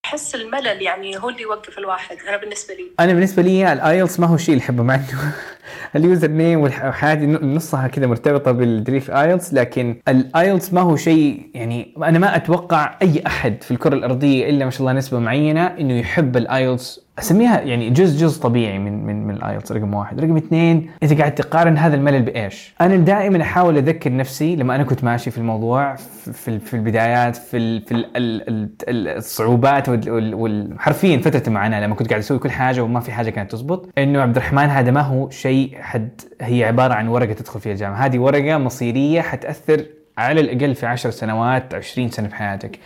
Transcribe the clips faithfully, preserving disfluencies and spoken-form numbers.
أحس الملل يعني هو اللي يوقف الواحد. أنا بالنسبة لي انا بالنسبه لي الايلتس ما هو شيء اللي احبه، مع انه اليوزر نيم وحياتي نصها كذا مرتبطه بالدريف ايلتس، لكن الايلتس ما هو شيء يعني انا ما اتوقع اي احد في الكره الارضيه الا ما شاء الله نسبه معينه انه يحب الايلتس. اسميها يعني جزء جزء طبيعي من من من الايلتس. رقم واحد. رقم اثنين، اذا قاعد تقارن هذا الملل بايش، انا دائما احاول اذكر نفسي لما انا كنت ماشي في الموضوع في في البدايات في ال في ال ال الصعوبات والحرفيا فتره المعاناه لما كنت قاعد اسوي كل حاجه وما في حاجه كانت تزبط، انه عبد الرحمن هذا ما هو شيء حد، هي عباره عن ورقه تدخل فيها الجامعه. هذه ورقه مصيريه حتاثر على الاقل في عشر سنوات عشرين سنه في حياتك.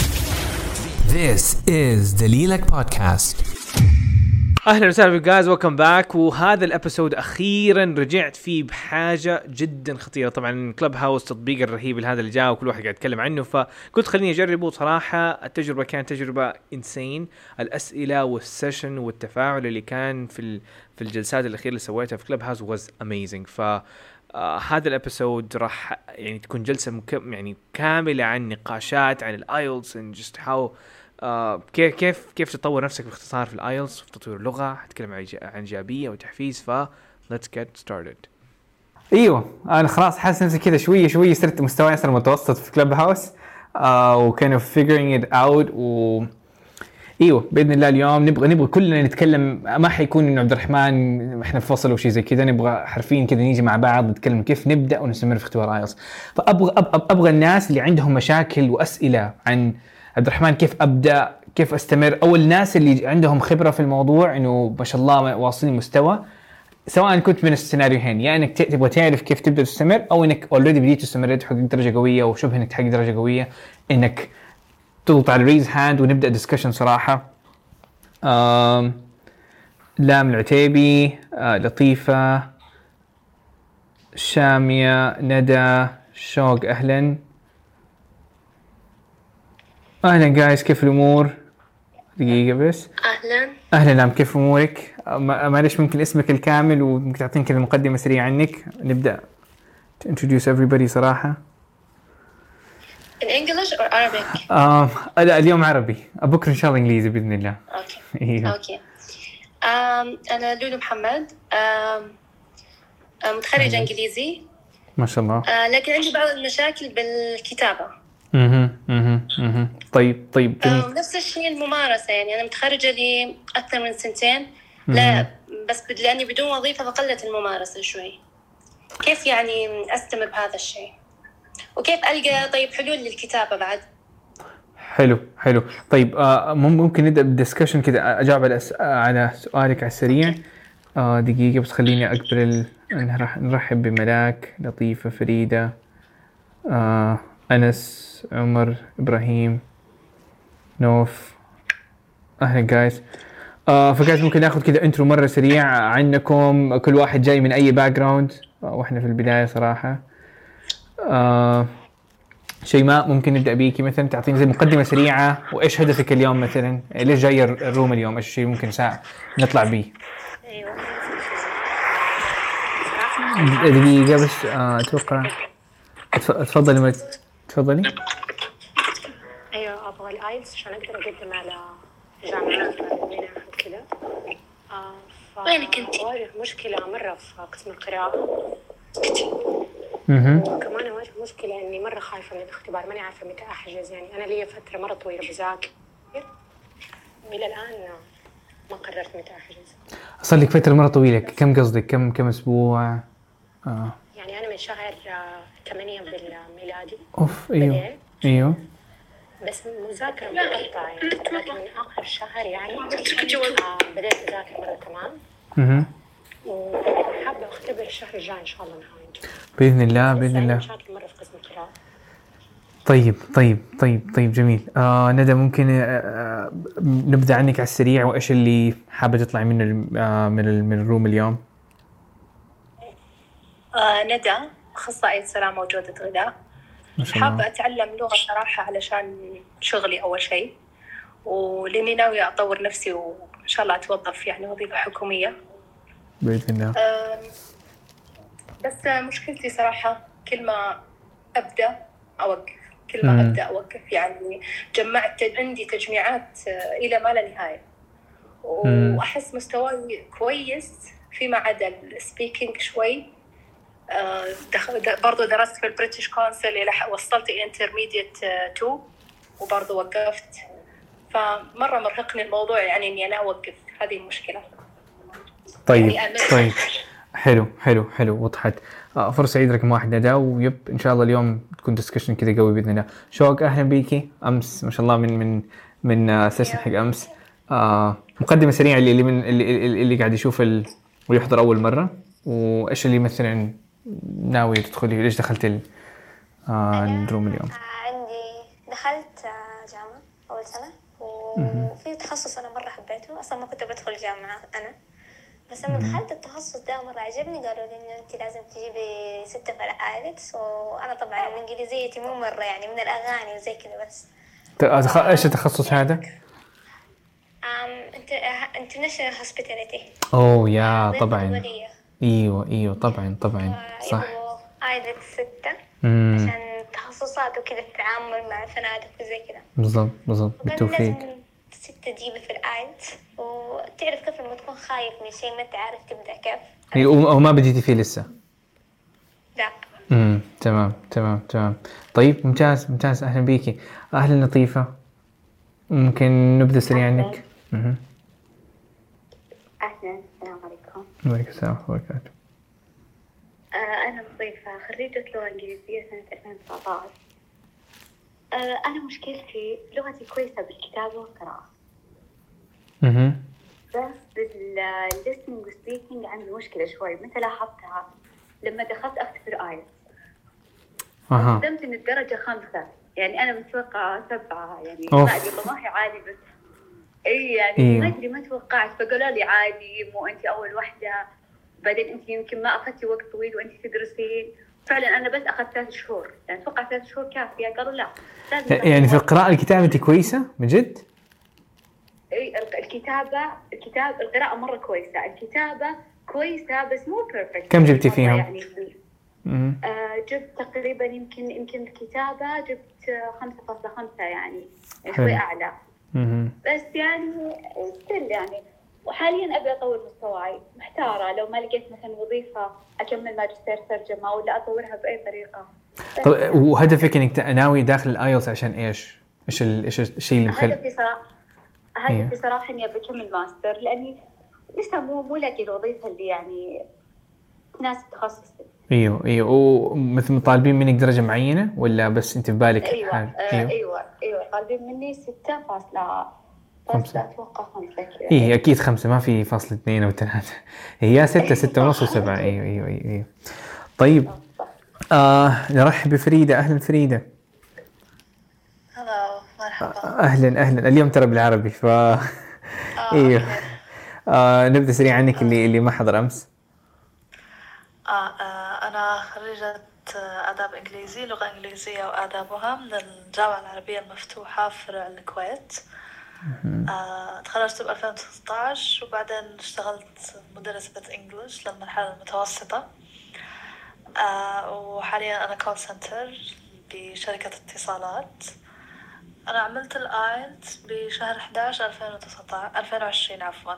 This is دليلك بودكاست. اهلا وسهلا جايز، ويلكم باك. وهذا الابيسود اخيرا رجعت فيه بحاجه جدا خطيره. طبعا كلب هاوس تطبيق الرهيب هذا اللي جاء وكل واحد قاعد يتكلم عنه، فقلت خليني اجربه. صراحه التجربه كانت تجربه انسين. الاسئله والسيشن والتفاعل اللي كان في في الجلسات الاخيره اللي سويتها في كلب هاوس واز اميزنج. ف آه هذا الابيسود راح يعني تكون جلسه مكم يعني كامله عن نقاشات عن الايلتس and just how آه كيف كيف كيف تطور نفسك باختصار في الايلتس في تطوير اللغه. حتكلم عن عن ايجابيه وتحفيز. ف let's get started. ايوه انا خلاص حاسس نفسي كذا شويه شويه صرت مستواي اصلا متوسط في كلب هاوس آه وكانوا figuring it out. و ايوه باذن الله اليوم نبغى نبغى كلنا نتكلم. ما حيكون انه عبد الرحمن احنا في فصل او شيء زي كذا، نبغى حرفيا كذا نيجي مع بعض نتكلم كيف نبدا ونستمر في اختبار ايلتس. فابغى ابغى الناس اللي عندهم مشاكل واسئله عن عبد الرحمن كيف ابدا كيف استمر، او الناس اللي عندهم خبره في الموضوع انه ما شاء الله واصلين مستوى، سواء كنت من السيناريوهين، يعني انك تبغى تعرف كيف تبدا تستمر، او انك اوريدي بديت تستمر تحقق درجه قويه وشبه انك تحقق درجه قويه، انك تضغط على ريز هاند ونبدا ديسكشن. صراحه آم لام العتيبي، آه لطيفه، شاميه، ندى، شوق، اهلا اهلا جايز، كيف الامور؟ دقيقه بس. أهلا اهلا نعم، كيف امورك؟ معلش ممكن اسمك الكامل وممكن تعطيني كذا مقدمه سريعه عنك، نبدا to introduce everybody صراحه. in English or Arabic؟ آه لا اليوم عربي، بكره ان شاء الله انجليزي باذن الله. اوكي ايوه اوكي. آم انا لولو محمد، آم متخرجه انجليزي ما شاء الله. آه لكن عندي بعض المشاكل بالكتابه. اها اها اها طيب طيب آه نفس الشيء الممارسه، يعني انا متخرجه لي اكثر من سنتين، لا بس لاني بدون وظيفه فقلت الممارسه شوي. كيف يعني استمر بهذا الشيء، وكيف ألقى طيب حلول للكتابة بعد؟ حلو حلو طيب آه ممكن نبدأ بالدسكشن كده، أجاوب على على سؤالك على السريع. آه دقيقة بس خليني أقبل. نرحب بملاك، لطيفة، فريدة، آه أنس، عمر، إبراهيم، نوف. أهلا جايز. آه فجايز ممكن ناخد كده انترو مرة سريع عنكم، كل واحد جاي من أي باك جراوند، آه وإحنا في البداية صراحة. آه شيماء ممكن نبدأ بيكي مثلا، تعطيني زي مقدمة سريعة، وإيش هدفك اليوم مثلا، ليش جاي الروم اليوم، إيش الشيء ممكن ساعة نطلع بيه. أيوة دقيقة بس آه أتوقع تفضلي ما تفضلي. أيوة أبغى الآيلتس عشان أقدر أقدم على جامعات كذا. آه وينك أنت؟ واجه مشكلة مرة في قسم القراءة. اها وكمان أواجه مشكلة إني مرة خايفة من الاختبار، ماني عارفة متى أحجز. يعني أنا لي فترة مرة طويلة بذاكر وإلى الآن ما قررت متى أحجز. صار لك فترة مرة طويلة، كم قصدك، كم كم أسبوع؟ آه يعني أنا من شهر ثمانية بالميلادي. أوف أيوه بديت. أيوه بس مذاكرة مقطعة يعني، لكن من آخر شهر يعني آه بديت أذاكر مرة تمام. اها وحابة أختبر الشهر الجاي إن شاء الله نهاية بإذن الله بإذن الله. مشاكل مرة في قسم القراءة. طيب طيب طيب طيب جميل. آه ندى ممكن آه نبدأ عنك على السريع، وإيش اللي حابة تطلع من آه من ال من الروم اليوم؟ آه ندى، أخصائية سلامة وجودة غذاء. حابة أتعلم لغة صراحة علشان شغلي أول شيء، ولاني ناوية أطور نفسي وإن شاء الله أتوظف يعني وظيفة حكومية بإذن الله. بس مشكلتي صراحة كل ما أبدأ أوقف، كل ما أبدأ أوقف. يعني جمعت عندي تجميعات إلى ما لا نهاية، وأحس مستواي كويس فيما عدا السبيكينج شوي. برضو درست في البريتش كونسل إلى وصلت إلى انترميديت تو وبرضو وقفت. فمرة مرهقني الموضوع، يعني إني أنا أوقف، هذه المشكلة. طيب يعني طيب حلو حلو حلو وضحت. آه فرصة عيد رقم واحد نداء، ويب إن شاء الله اليوم تكون ديسكشن كذا قوي بإذن الله. شوق أهلا بيكي. أمس ما شاء الله من من من آه سيشن حق أمس. آه مقدمة سريعة اللي اللي من اللي, اللي قاعد يشوف ال... ويحضر أول مرة، وإيش اللي مثلا ناوي تدخلي، ليش دخلت ال آه الروم اليوم؟ عندي دخلت جامعة أول سنة، وفي تخصص أنا مرة حبيته. أصلا ما كنت بدخل جامعة أنا، بس لما دخلت التخصص ده مرة عجبني. قالوا لي إنه أنت لازم تجيبي ستة في الآيلتس، وأنا طبعا الإنجليزية مو مرة يعني من الأغاني وزي كذا بس. تخ... إيش التخصص هذا؟ أم أنت international hospitality. أوه يا طبعا. ايوه ايوه طبعا طبعا صح. آيلتس ستة عشان تخصصات وكذا، التعامل مع الفنادق وزي كذا. بالضبط بالضبط بالتوفيق. ستة تجيبي في الآيلتس، وتعرف كيف لما تكون خايف من شيء ما تعرف تبدأ كيف. اي وما بديتي فيه لسه؟ لا. امم تمام تمام تمام. طيب ممتاز ممتاز. اهلا بيكي. اهلا لطيفة. ممكن نبدأ سريع عنك؟ اها أهلا. السلام عليكم. وعليكم السلام ورحمة الله وبركاته. أنا لطيفة، خريجة لغة إنجليزية سنة ألفين وتسعة عشر. أنا مشكلتي لغتي كويسة بالكتابة والقراءة. اها بس بالlistening والspeaking عندي مشكلة شوي. متى لاحظتها؟ لما دخلت أختبر آيلتس. اها قدمت إن الدرجة خمسة، يعني أنا متوقعة سبعة، يعني أوف. ما أدري ما هي عادي، بس اي يعني ما ادري ما توقعت. فقالوا لي عادي، مو انت اول واحده، بعدين انت يمكن ما اخذتي وقت طويل وانت تدرسين. فعلا انا بس اخذت ثلاث شهور، يعني اتوقع ثلاث شهور كافيه. قالوا لا يعني في القراءه الكتابه انت كويسه من جد؟ اي الكتابه الكتاب القراءه مره كويسه، الكتابه كويسه بس مو بيرفكت. كم جبتي فيهم؟ يعني آه جبت تقريبا يمكن يمكن الكتابه جبت خمسة فاصلة خمسة، يعني شوي اعلى. مم. بس يعني ستيل يعني. وحاليا أبي أطور مستواي، محتارة لو ما لقيت مثلا وظيفة أكمل ماجستير ترجمة ولا أطورها بأي طريقة. طب وهدفك إنك ناوي داخل الآيلتس عشان إيش؟ إيش إيش الشيء اللي مخلي؟ هدفي صراحة هدفي صراحة إني أبي أكمل ماستر، لأني لسه مو مو لاقي الوظيفة اللي يعني تناسب تخصصي. ايوه ايوه. ومثل مطالبين منك درجه معينه ولا بس انت في بالك؟ ايوه آه ايوه ايوه, أيوة. طالبين مني ستة فاصلة خمسة، اتوقع خمسة كذا. ايه اكيد خمسة، ما في فاصل اثنين او ثلاثة. هي ستة ستة ونص وسبعة. ايوه ايوه ايوه. طيب آه نرحب بفريده. اهلا فريده. هلا مرحبا. اهلا اهلا. اليوم ترى بالعربي ف ايوه. آه نبدا سريع عنك اللي اللي ما حضر امس. آه, آه أنا خريجة آداب إنجليزي، لغة إنجليزية وآدابها من الجامعة العربية المفتوحة في فرع الكويت. آه تخرجت ب ألفين وستة عشر، وبعدين اشتغلت مدرسة إنجليش للمرحلة المتوسطة. آه وحاليا أنا كول سنتر بشركة اتصالات. أنا عملت الآيلتس بشهر أحد عشر ألفين وعشرين عفوا،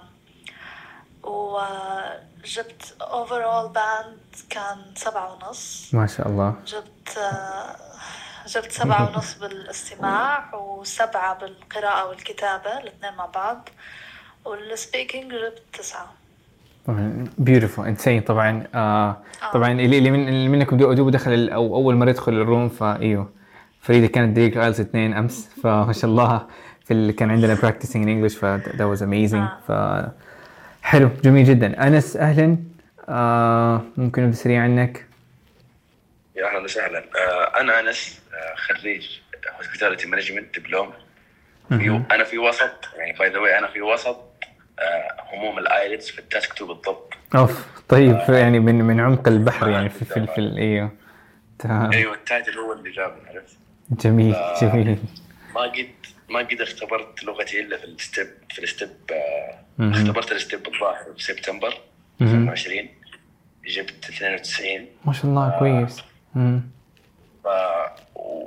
وجبت overall band كان سبعة ونص. ما شاء الله. جبت جبت سبعة ونص بالاستماع وسبعة بالقراءة والكتابة الاثنين مع بعض، والسبيكينج جبت تسعة. beautiful insane. طبعا آه طبعا اللي اللي من اللي منكم دوب دخل او اول مره يدخل الروم، فايوه فريده كانت ديك آيلتس اثنين امس، فما شاء الله في اللي كان عندنا practicing in English، ف that was amazing. ف حلو جميل جدا. أنس أهلا. آه ممكن نبدأ سريع عنك؟ يا أهلا وسهلا. آه أنا أنس، آه خريج hospitality management دبلوم. أنا في وسط يعني by the way أنا في وسط آه هموم الآيلتس في التاسك تو بالضبط. أوف طيب. آه يعني من من عمق البحر يعني في في في أيوه تمام. أيوه التايتل هو اللي جابني، عرفت. جميل جميل. ما قد ما قد اختبرت لغتي إلا في الستيب في الستيب آه اختبرت الستيب الظاهر في سبتمبر ألفين وعشرين، جبت اثنين وتسعين ما شاء الله. آه كويس. امم ف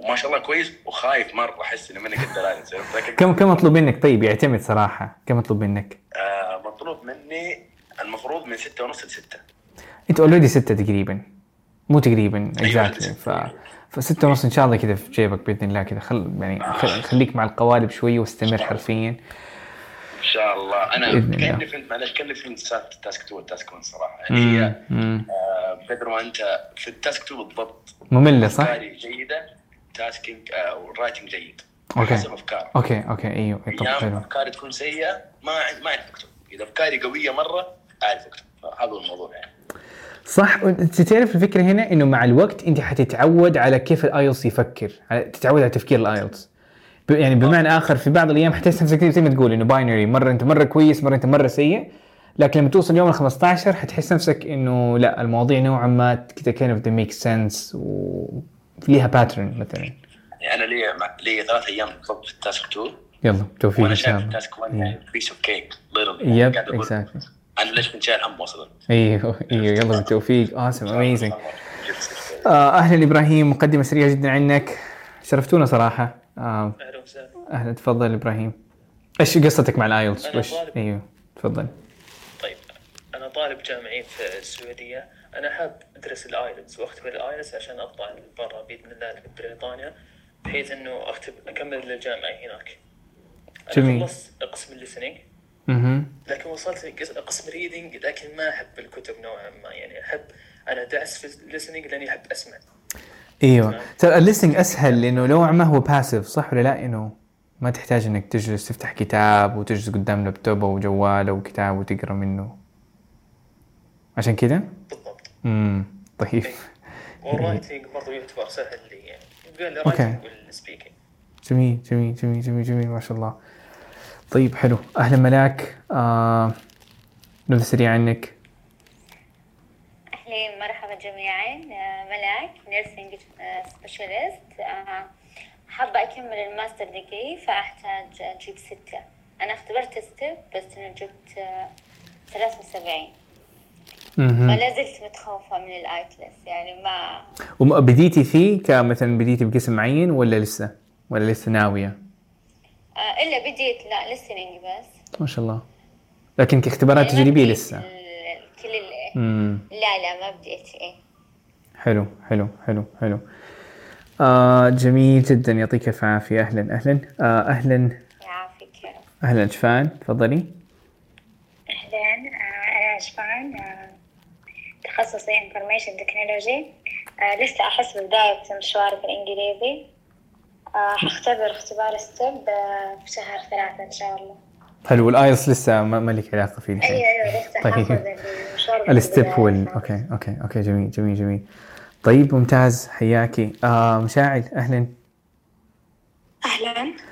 وما شاء الله كويس وخايف مرة أحس إنه منك الدلالة. كم كم مطلوب منك؟ طيب يعتمد صراحة. كم مطلوب منك؟ آه مطلوب مني المفروض من ستة ونص لستة. أنت أولودي ستة تقريبا، مو تقريبا exactly. ف فستة ونص إن شاء الله كذا في جيبك بإذن الله كذا. خل يعني خل... خليك مع القوالب شوي واستمر حرفيا إن شاء الله. أنا كأني فهمت معلش كأني فهمت تاسك تو والتاسك ون صراحة يعني هي آه بدر ما أنت في التاسك تو بالضبط مملة صح؟ أفكاري جيدة، تاسكينج آه والرايتنج جيد أوكي. حسب أفكار. أوكي أوكي أيوه. أيام أفكاري تكون سيئة ما ما أعرف أكتب، إذا أفكاري قوية مرة أعرف أكتب. هذا الموضوع يعني. صح. انت تعرف الفكره هنا انه مع الوقت انت حتتعود على كيف الايلتس يفكر، تتعود على تفكير الايلتس. يعني بمعنى اخر في بعض الايام حتحس نفسك زي ما تقول انه باينري، مره انت مره كويس مره انت مره سيء، لكن لما توصل يوم الخمسة عشر حتحس نفسك انه لا المواضيع نوعا ما كده كان of the make sense وليها باترن مثلا. يعني انا لي لي ثلاث ايام بالضبط في التاسك تو. يلا توفيق ان شاء الله. وانا شايف التاسك واحد بيس اوف كيك literally. يب اكزاكتلي. انا ليش كنت شايل هم وصلا. ايوه ايوه يلا بالتوفيق. awesome amazing. آه اهلا ابراهيم، مقدمه سريعه جدا عنك، شرفتونا صراحه. آه اهلا تفضل ابراهيم. ايش قصتك مع الايلتس؟ وش ايوه تفضل. طيب انا طالب جامعي في السعوديه، انا حاب ادرس الايلتس واختبر الايلتس عشان اطلع برا باذن الله لبريطانيا، بحيث انه اختب اكمل الجامعه هناك. جميل. خلصت قسم الليسنينج اها لكن وصلت قسم ريدنج، لكن ما احب الكتب نوعا ما، يعني احب انا داعس في الليسنينج لاني احب اسمع. ايوه ترى الليسنينج اسهل لانه نوعا ما هو باسيف صح ولا لا؟ انه ما تحتاج انك تجلس تفتح كتاب وتجلس قدام لابتوب او جوال او كتاب وتقرا منه، عشان كده بالضبط. امم طيب. والرايتنج برضه يعتبر سهل لي، يعني يقول لي رايتنج والسبيكينج. جميل جميل جميل جميل جميل ما شاء الله. طيب حلو. اهلا ملاك. آه... نبذة سريعة عنك. أهلين مرحبا جميعا. ملاك نيرسينج سبيشاليست، حابة أكمل الماستر ديجري فأحتاج أجيب ستة. أنا اختبرت ستة بس أنا جبت ثلاثة وسبعين. ولا زلت متخوفة من الآيتلس يعني ما. وبديتي فيه كمثلا بديتي بقسم معين ولا لسه ولا لسه ناوية؟ آه إلا بديت لا listening بس. ما شاء الله. لكن كاختبارات يعني تجريبية لسه. كل ال لا لا ما بديت إيه. حلو حلو حلو حلو. آه جميل جدا يعطيك الف عافية. أهلا أهلا آه أهلا. يعافيك يا رب. أهلا شفان تفضلي. أهلا أنا شفان، تخصصي Information Technology. لسه أحس بداية مشواري في الإنجليزي. هختبر اختبار ستيب في شهر ثلاثة إن شاء الله. حلو. والآيلتس لسه ما لك علاقة فيه. أيوة أيوة لسه حافظ المشوار. الستيب هو أوكي أوكي أوكي جميل جميل جميل. طيب ممتاز حياكي. آه مشاعل أهلا. أهلا.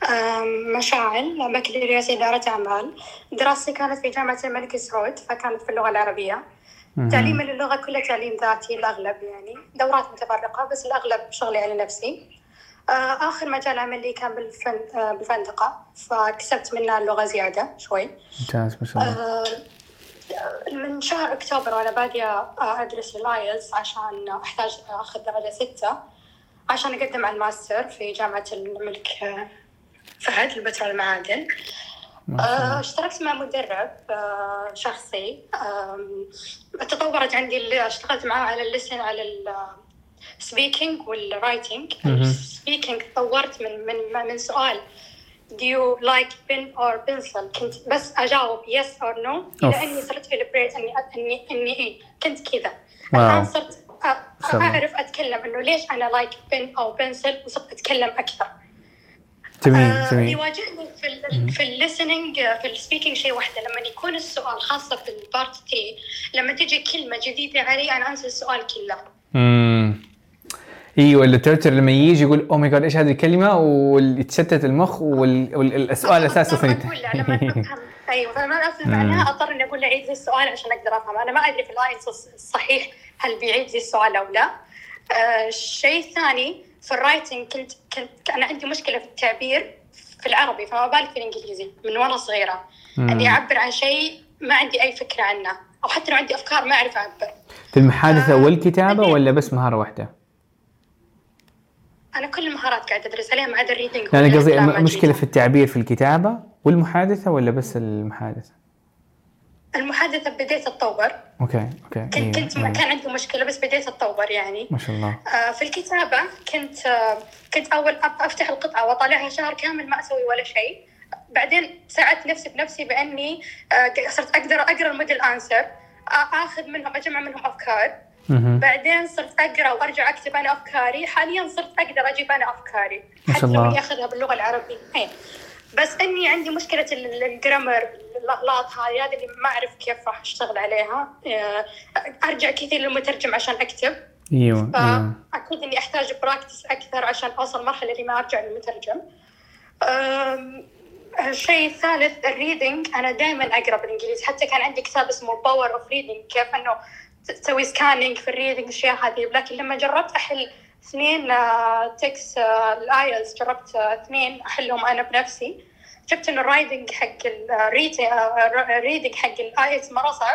مشاعل بكالوريوس إدارة أعمال. دراستي كانت في جامعة الملك سعود فكانت في اللغة العربية. تعليم اللغة كله تعليم ذاتي الأغلب، يعني دورات متفرقة بس الأغلب شغلي على نفسي. آخر مجال عملي كان بالفندقة فكسبت منها اللغة زيادة شوي. ممتاز ما شاء الله. من شهر أكتوبر وأنا بادية أدرس الآيلتس عشان أحتاج أخذ درجة ستة عشان أقدم على الماستر في جامعة الملك فهد للبترول المعادن. اشتركت مع مدرب شخصي، تطورت عندي، اشتغلت معه على اللسن على السبيكينج والرايتنج. السبيكينج تطورت من من من سؤال do you like pen or pencil كنت بس أجاوب yes or no إلى أني صرت في البريت أني أني أني إيه كنت كذا. الآن صرت أعرف أتكلم إنه ليش أنا like pen أو pencil وصرت أتكلم أكثر. جميل جميل. يواجهني في ال في الليسنينج في السبيكينج شيء واحدة، لما يكون السؤال خاصة في البارت تي لما تيجي كلمة جديدة علي أنا أنسى السؤال كله. امم ايوه التوتر لما يجي يقول او ماي جاد ايش هذه الكلمة ويتشتت المخ والسؤال اساسا ثاني. ايوه فما افهم عنها اضطر اني اقول له عيد لي السؤال عشان اقدر افهم. انا ما ادري في الايلتس الصحيح هل بيعيد لي السؤال او لا. آه شيء ثاني في الرايتنج كنت كنت انا عندي مشكله في التعبير في العربي فما بالك في الانجليزي من وانا صغيره. اني اعبر عن شيء ما عندي اي فكره عنه او حتى لو عندي افكار ما اعرف اعبر. في المحادثه آه والكتابه ولا بس مهاره واحده؟ أنا كل المهارات قاعدة أدرس عليها ما عدا الريدنج. أنا قصدي مشكلة في التعبير في الكتابة والمحادثة ولا بس المحادثة؟ المحادثة بديت أتطور. أوكي أوكي. كنت إيه. كنت ما كان عندي مشكلة بس بديت أتطور يعني. ما شاء الله. آه في الكتابة كنت آه كنت أول أفتح القطعة وأطالعها شهر كامل ما أسوي ولا شيء. بعدين ساعدت نفسي بنفسي بأني آه صرت أقدر أقرأ الموديل أنسر، آخذ منهم أجمع منهم أفكار. بعدين صرت أقرأ وأرجع أكتب أنا أفكاري. حاليا صرت أقدر أجيب أنا أفكاري حتى لو إني أخذها باللغة العربية. هي. بس إني عندي مشكلة الجرامر الأغلاط هذه هذه اللي ما أعرف كيف راح أشتغل عليها. أرجع كثير للمترجم عشان أكتب. أيوة. فأكيد إني أحتاج براكتس أكثر عشان أوصل مرحلة اللي ما أرجع للمترجم. الشيء الثالث الريدنج. أنا دائما أقرأ بالإنجليزي، حتى كان عندي كتاب اسمه Power of Reading، كيف إنه تسوي سكانينج في الريدنج الأشياء هذه. لكن لما جربت أحل اثنين تكس الآيلز، جربت اثنين أحلهم أنا بنفسي، شفت إنه الرايدنج حق الريدنج حق الآيلز مرة صعب.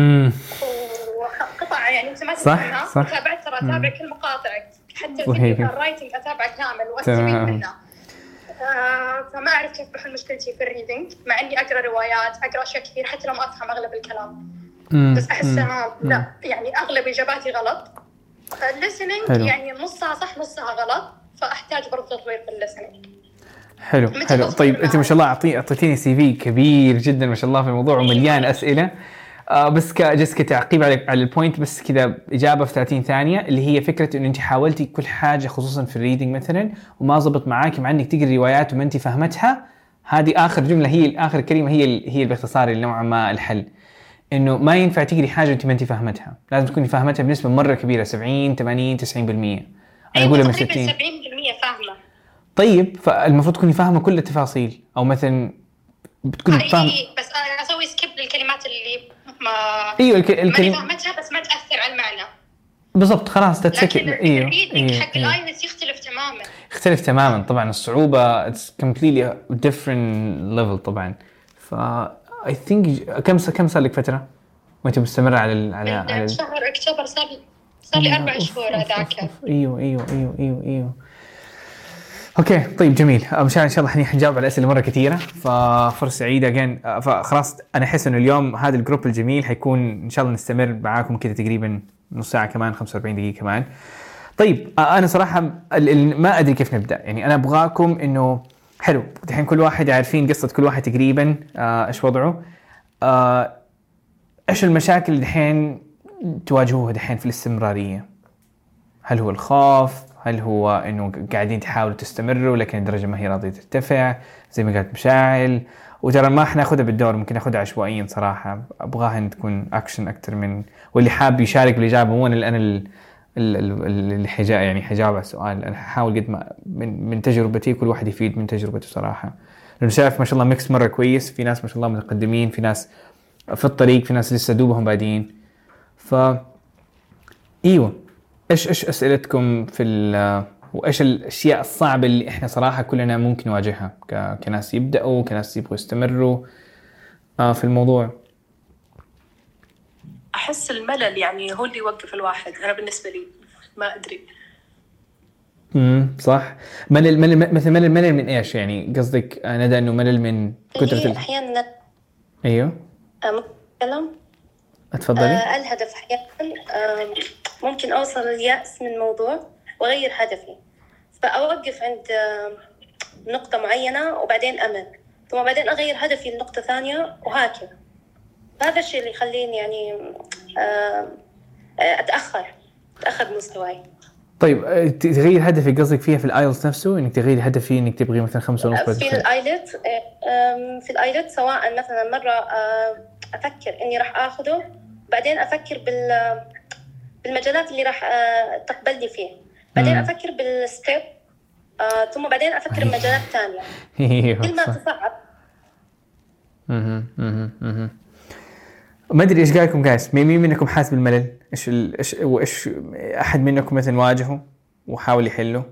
وقطع يعني أنت ما تفهمها. تابعت ترى أتابع كل مقاطع، حتى في الرايتنج أتابع كامل وأستفيد منها. آه فما أعرف كيف بحل مشكلتي في الريدنج، مع إني أقرأ روايات، أقرأ أشياء كثير حتى لو ما أفهم أغلب الكلام. مم. بس أحسها مم. لا يعني أغلب إجاباتي غلط. الليسنينج يعني نصها صح نصها غلط، فأحتاج برضه تطوير في الليسنينج. حلو حلو. طيب أنت ما شاء الله أعطي أعطيتيني سي في كبير جدا ما شاء الله في الموضوع ومليان أسئلة. آه بس كجس كتعقيب على على البوينت، بس كذا إجابة في ثلاثين ثانية، اللي هي فكرة إنه أنت حاولتي كل حاجة خصوصا في الريدنج مثلا وما زبط معاكي، مع إنك تقري روايات وما أنت فهمتها. هذه آخر جملة، هي آخر كلمة هي هي باختصار نوعا ما الحل. إنه ما ينفع تقري حاجة أنت ما أنت فهمتها، لازم تكوني فهمتها بنسبة مرة كبيرة سبعين ثمانين تسعين بالمية. أنا أقولها من ستين سبعين بالمية فاهمة. طيب فالمفروض تكوني فاهمة كل التفاصيل، أو مثلا بتكوني فاهمة. بس أنا أسوي سكيب للكلمات اللي ما أيوة الك... الكلمة ما فهمتها بس ما تأثر على المعنى. بالضبط خلاص تتسكب. لكن أيوة. الريدنج حق الآيلتس يختلف تماما. يختلف تماما طبعا، الصعوبة it's completely different level طبعا. ف I think كم كم صار لك فترة وأنت مستمرة على ال... على على شهر أكتوبر صار صار لي أربع شهور هذاك. أيوة أيوة أيوة أيوة أيوة. اوكي طيب جميل. مشان ان شاء الله حنجاوب على اسئله مره كثيره، ففرصه سعيده جن. فخلاص انا احس انه اليوم هذا الجروب الجميل حيكون ان شاء الله نستمر معاكم كذا تقريبا نص ساعه كمان خمسة وأربعين دقيقه كمان. طيب انا صراحه ما ادري كيف نبدا، يعني انا ابغاكم انه حلو الحين كل واحد عارفين قصه كل واحد تقريبا ايش وضعه، ايش المشاكل الحين تواجهوها الحين في الاستمراريه. هل هو الخوف؟ هل هو انه قاعدين تحاولوا تستمروا لكن الدرجه ما هي راضيه ترتفع زي ما قالت مشاعل؟ وترى ما احنا ناخذها بالدور، ممكن ناخذها عشوائيا صراحه. ابغاها ان تكون اكشن اكثر من، واللي حاب يشارك بالاجابه مو انا انا اللي حجا يعني حجاوب على السؤال. انا حاول قد ما من من تجربتي، كل واحد يفيد من تجربته صراحه، لانه شايف ما شاء الله ميكس مره كويس. في ناس ما شاء الله متقدمين، في ناس في الطريق، في ناس لسه دوبهم بادين. ف ايوه ايش ايش اسئلتكم في ال وايش الاشياء الصعبه اللي احنا صراحه كلنا ممكن نواجهها كناس يبداوا، كناس يبغوا يستمروا آه في الموضوع؟ احس الملل يعني هو اللي يوقف الواحد. انا بالنسبه لي ما ادري. امم صح. ملل ملل مثل ملل ملل من ايش يعني قصدك ندى؟ انه ملل من كثره احيانا ايوه اتكلم اتفضلي. آه الهدف احيانا آه ممكن اوصل اليأس من موضوع واغير هدفي، فاوقف عند آه نقطه معينه وبعدين امل، ثم بعدين اغير هدفي لنقطه ثانيه وهكذا. هذا الشيء اللي يخليني يعني آه اتاخر اتاخر مستواي. طيب تغير هدفي قصدك فيها في الايلتس نفسه، انك تغير هدفي انك تبغي مثلا خمسة ونص في الايلت في الايلت سواء مثلا مره افكر اني راح اخذه، بعدين افكر بال بالمجالات اللي راح تقبلني فيه، بعدين افكر بالستيب ثم بعدين افكر بمجالات ثانيه. كل ما تصعب. اها اها اها ما ادري ايش قالكم جايز. مين منكم حاسس بالملل؟ ايش ايش وايش احد منكم مثلا واجهه وحاول يحله؟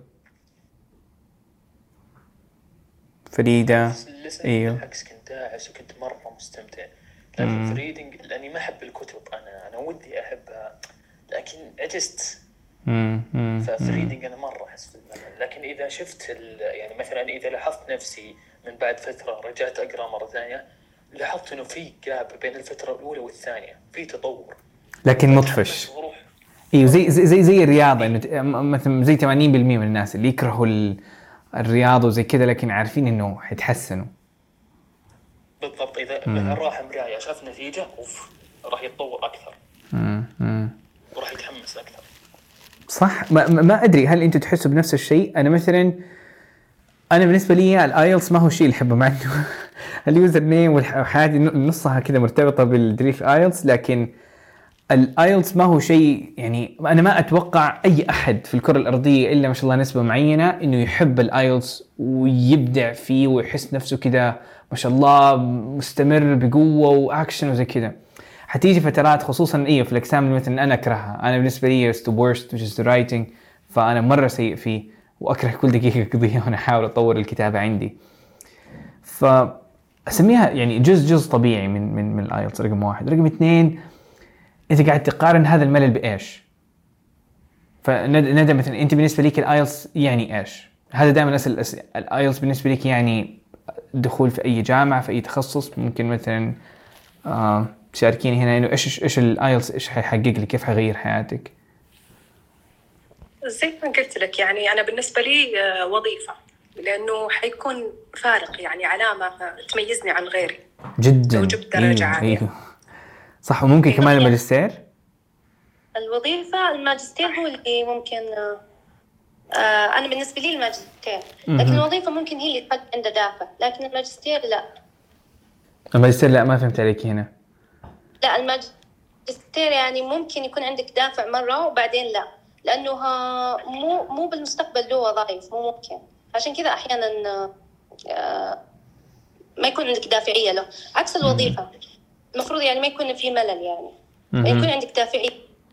فريدة. ايوه بالعكس كنت داعس وكنت مره مستمتع، لكن مم. في ريدنج لاني ما احب الكتب. انا انا ودي احبها لكن عجزت ففي الريدنج أنا مرة أحس بالملل. لكن إذا شفت يعني مثلا إذا لاحظت نفسي من بعد فترة رجعت أقرأ مرة ثانية، لاحظت إنه في جاب بين الفترة الأولى والثانية، في تطور لكن مطفش. ايوه زي زي زي, زي الرياضه، انه مثلا زي ثمانين بالمئة من الناس اللي يكرهوا الرياضه وزي كذا لكن عارفين انه حيتحسنوا. بالضبط. اذا مثلا راح مرايه شاف نتيجه اوف راح يتطور اكثر امم وراح يتحمس اكثر. صح. ما, ما ادري هل انتم تحسوا بنفس الشيء؟ انا مثلا انا بالنسبه لي الايلتس ما هو الشيء اللي احبه، مع انه اليوزر نيم وحياتي نصها كذا مرتبطه بالدريف ايلتس، لكن الايلتس ما هو شيء يعني انا ما اتوقع اي احد في الكره الارضيه الا ما شاء الله نسبه معينه انه يحب الايلتس ويبدع فيه ويحس نفسه كذا ما شاء الله مستمر بقوه واكشن وزي كذا. حتيجي فترات خصوصا ايه في الاقسام اللي مثلا انا اكرهها، انا بالنسبه لي is the worst which is the writing، فانا مره سيء فيه واكره كل دقيقه اقضيها وانا احاول اطور الكتابه عندي. فاسميها يعني جزء جزء طبيعي من من من الايلتس. رقم واحد. رقم اثنين، انت قاعد تقارن هذا الملل بايش؟ فندى مثلا انت بالنسبه ليك الايلتس يعني ايش؟ هذا دائما اسال الاسئله. الايلتس بالنسبه ليك يعني دخول في اي جامعه في اي تخصص؟ ممكن مثلا آه تشاركيني هنا انه ايش ايش الايلتس ايش حيحقق لك، كيف حيغير حياتك؟ زي ما قلت لك يعني انا بالنسبه لي وظيفه، لانه حيكون فارق يعني علامه تميزني عن غيري جدا لو جبت درجه عاليه. أيوه. صح. وممكن كمان الماجستير. الوظيفه الماجستير هو اللي ممكن آه انا بالنسبه لي الماجستير، لكن الوظيفه ممكن هي اللي تحط عنده دافع، لكن الماجستير لا. الماجستير لا، ما فهمت عليك هنا. لا الماجستير يعني ممكن يكون عندك دافع مره وبعدين لا، لانه مو مو بالمستقبل له وظائف، مو ممكن. عشان كذا احيانا آه ما يكون عندك دافعيه له، عكس الوظيفه المفروض يعني ما يكون في ملل، يعني ما يكون عندك دافعيه.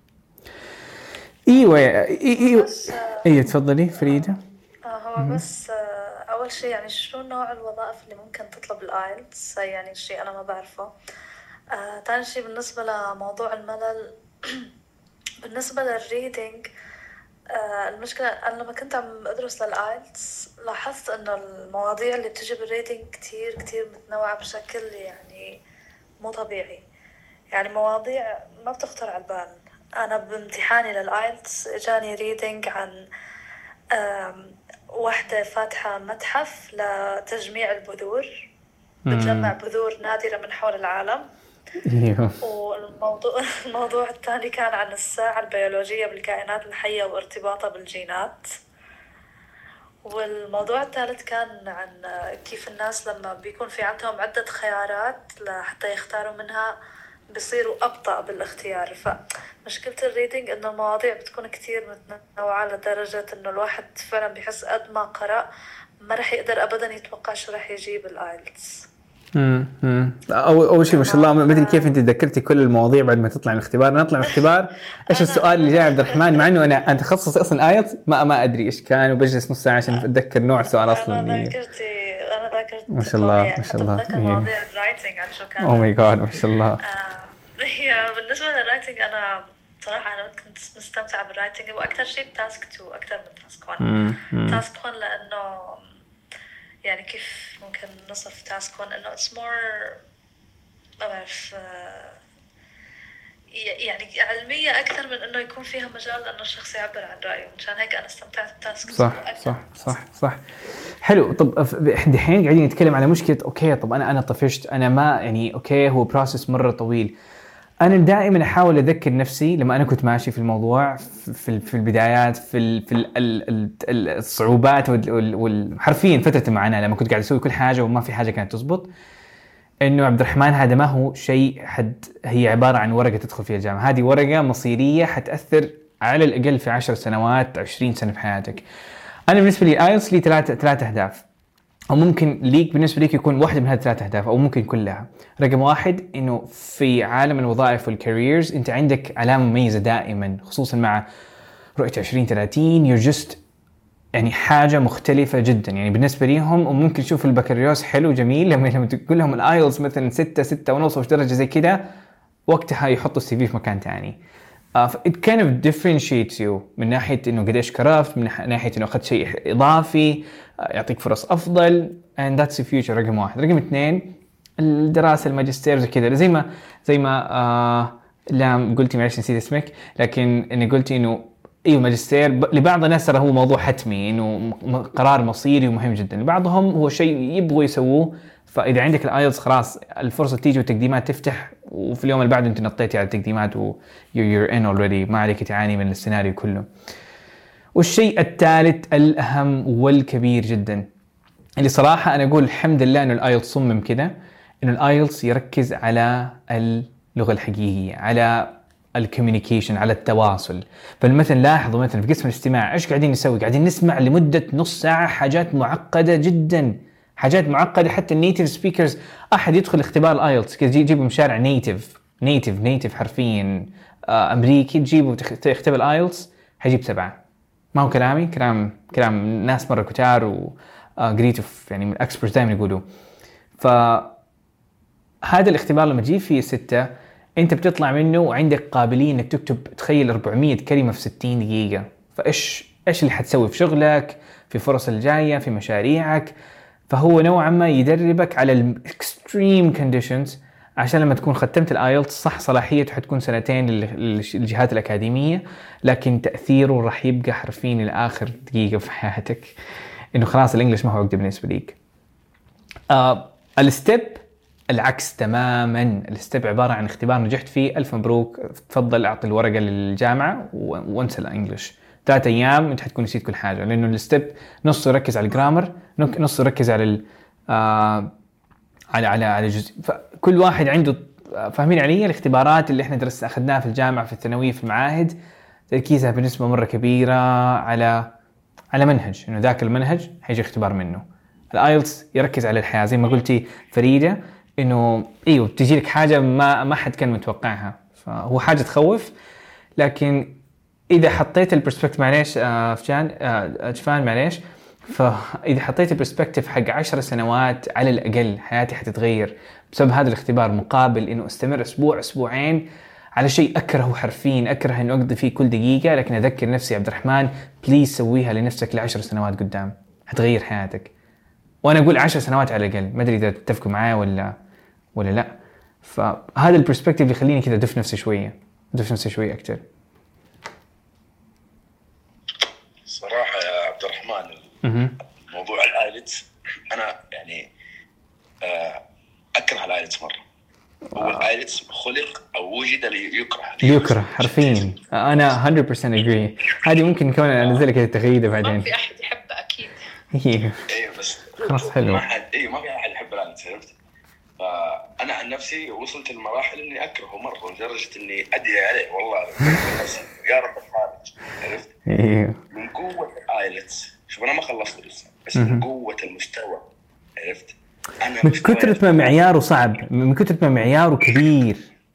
ايوه ايوه ايوه تفضلي فريده. هو بس اول شيء يعني شنو نوع الوظائف اللي ممكن تطلب الايلتس، يعني شيء انا ما بعرفه. آه، ثاني شيء بالنسبه لموضوع الملل بالنسبه للريدينج، آه، المشكله انا لما كنت عم ادرس للايلتس لاحظت انه المواضيع اللي بتجي بالريدينج كتير كتير متنوعه بشكل يعني مو طبيعي، يعني مواضيع ما بتخطر على البال. انا بامتحاني للايلتس اجاني ريدينج عن واحدة فاتحة متحف لتجميع البذور، بتجمع بذور نادرة من حول العالم. والموضوع الموضوع الثاني كان عن الساعة البيولوجية بالكائنات الحية وارتباطها بالجينات. والموضوع الثالث كان عن كيف الناس لما بيكون في عندهم عدة خيارات لحتى يختاروا منها بيصيروا أبطأ بالاختيار. فمشكلة الريدينج إنه المواضيع بتكون كتير متنوعة لدرجة إنه الواحد فعلا بيحس قد ما قرأ ما رح يقدر أبدا يتوقع شو رح يجيب الآيلتس. امم أول أول شيء ما شاء الله ما أدري كيف أنت تذكرتي كل المواضيع بعد ما تطلع من الاختبار. نطلع من الاختبار إيش السؤال اللي جاي عبد الرحمن، مع إنه أنا أنا تخصصي أصلا آيلتس ما ما أدري إيش كان، وبجلس نص ساعة عشان أتذكر نوع السؤال أصلا. أنا ذاكرتي أنا ذاكرت ما شاء الله ما شاء الله. مواضيع الرايتنج عن شو كان. أوه ماي جاد ما شاء الله. هي بالنسبة للرايتنج أنا صراحة أنا كنت مستمتعة بالرايتنج، وأكثر شيء تاسك تو أكثر من تاسك وان. تاسك وان لأنه يعني كيف ممكن نصف تاسك وان إنه it's more ما بعرف يعني علمية أكثر من إنه يكون فيها مجال إنه الشخص يعبر عن رأيه، مشان هيك أنا استمتعت بتاسك. صح صح صح صح حلو. طب دحين قاعدين نتكلم على مشكلة أوكي طب أنا أنا طفشت، أنا ما يعني أوكي هو بروسس مرة طويل. أنا دائما أحاول أذكر نفسي لما أنا كنت ماشي في الموضوع في في البدايات في في الصعوبات والحرفيا فترة المعاناة لما كنت قاعد أسوي كل حاجة وما في حاجة كانت تزبط، إنه عبد الرحمن هذا ما هو شيء حد هي عبارة عن ورقة تدخل فيها الجامعة، هذه ورقة مصيرية حتأثر على الأقل في عشر سنوات عشرين سنة في حياتك. أنا بالنسبة لي آيلتس لي ثلاثة ثلاثة أهداف، أو ممكن ليك بالنسبة ليك يكون واحدة من هذه الثلاث أهداف أو ممكن كلها. رقم واحد إنه في عالم الوظائف والكاريرز أنت عندك علامة مميزة دائما، خصوصا مع رؤية عشرين ثلاثين you're just يعني حاجة مختلفة جدا يعني بالنسبة ليهم. وممكن تشوف البكالوريوس حلو جميل لما لما تقول لهم الآيلتس مثلا ستة ستة ونص أو درجة زي كده، وقتها يحطوا السي في في مكان تاني. uh, it kind of differentiates you من ناحية إنه قديش كرفت، من ناحية إنه أخذت شيء إضافي uh, يعطيك فرص أفضل and that's the future. رقم واحد. رقم اثنين الدراسة الماجستير زي كذا، زي ما زي ما آه لا قلتي معلش نسيت اسمك، لكن إني قلتي إنه أيوة ماجستير لبعض الناس ترى هو موضوع حتمي، إنه قرار مصيري ومهم جدا، لبعضهم هو شيء يبغوا يسووه. فإذا عندك الآيلتس خلاص الفرصة تيجي والتقديمات تفتح، وفي اليوم اللي بعده أنت نطيتي على التقديمات و you're in already، ما عليك تعاني من السيناريو كله. والشيء الثالث الأهم والكبير جدا اللي صراحة أنا أقول الحمد لله إنه الآيلتس صمم كده، إنه الآيلتس يركز على اللغة الحقيقية، على الكوميونيكيشن، على التواصل. فمثلا لاحظوا مثلا في قسم الاستماع إيش قاعدين نسوي؟ قاعدين نسمع لمدة نص ساعة حاجات معقدة جدا، حاجات معقدة حتى النيتيف سبيكرز. أحد يدخل اختبار الآيلتس كذا يجيبوا من شارع نيتيف نيتيف نيتيف حرفيا آه أمريكي، تجيبوا تختبر الآيلتس حيجيب سبعة. ما هو كلامي، كلام كلام ناس مرة كتار وقريتوا يعني من الأكسبرتس دائما يقولوا. فهذا الاختبار لما تجيب فيه ستة أنت بتطلع منه وعندك قابلية إنك تكتب تخيل أربعمية كلمة في ستين دقيقة. فإيش إيش اللي حتسوي في شغلك، في فرص الجاية، في مشاريعك. فهو نوعا ما يدربك على الاكستريم كونديشنز عشان لما تكون ختمت الايلتس صح صلاحيته حتكون سنتين للجهات الأكاديمية، لكن تأثيره راح يبقى حرفيا لآخر دقيقة في حياتك، إنه خلاص الإنجليش ما هو عقدة بالنسبة ليك. آه الستيب العكس تماما. الستيب عبارة عن اختبار نجحت فيه، ألف مبروك، تفضل أعطي الورقة للجامعة وانسى الإنجليش. ثلاثة أيام أنت حتكون نسيت كل حاجة، لأنه الستيب نص يركز على الجرامر، نص يركز على ال آه على على على جزء. فكل واحد عنده فاهمين علي. الاختبارات اللي إحنا درسنا أخذناها في الجامعة في الثانوية في المعاهد تركيزها بنسبة مرة كبيرة على على منهج، إنه ذاك المنهج هيجي اختبار منه. الآيلتس يركز على الحياة زي ما قلتي فريدة، إنه أيوة تجي لك حاجة ما ما حد كان متوقعها، فهو حاجة تخوف. لكن إذا حطيت البرسبكتيف معليش آه فجان آه جفان معليش، فإذا حطيت البرسبكتيف حق عشر سنوات على الأقل حياتي حتتغير بسبب هذا الاختبار، مقابل إنه استمر أسبوع أسبوعين على شيء أكره حرفيا، أكره إنه أقضي فيه كل دقيقة، لكن أذكر نفسي عبد الرحمن بليز سويها لنفسك لعشر سنوات قدام حتغير حياتك. وأنا أقول عشر سنوات على الأقل، ما أدري إذا تتفقوا معايا ولا ولا لا. فهذا البرسبكتيف اللي يخليني كذا دف نفسي شوية دف نفسي شوية أكتر. صراحة يا عبد الرحمن موضوع الآيلتس أنا يعني أكره الآيلتس مرة. هو الآيلتس خلق أو وجد ليكره ليكره حرفيا. أنا مية بالمية agree. هذه ممكن كمان أنزلك كده تغييده بعدين. ما في أحد يحبه أكيد. إيه إيه بس خلاص حلو. ما حد إيه ما في أحد يحب الآيلتس عرفت. فأنا عن نفسي وصلت لمراحل إني أكرهه مرة لدرجة إني أدعي عليه والله يا رب الخارج عرفت. إيه من قوة الآيلتس. شوف أنا ما خلصت لسه بس من قوة المستوى عرفت. أنا من كثرة ما معياره صعب، من كثرة ما معياره كبير.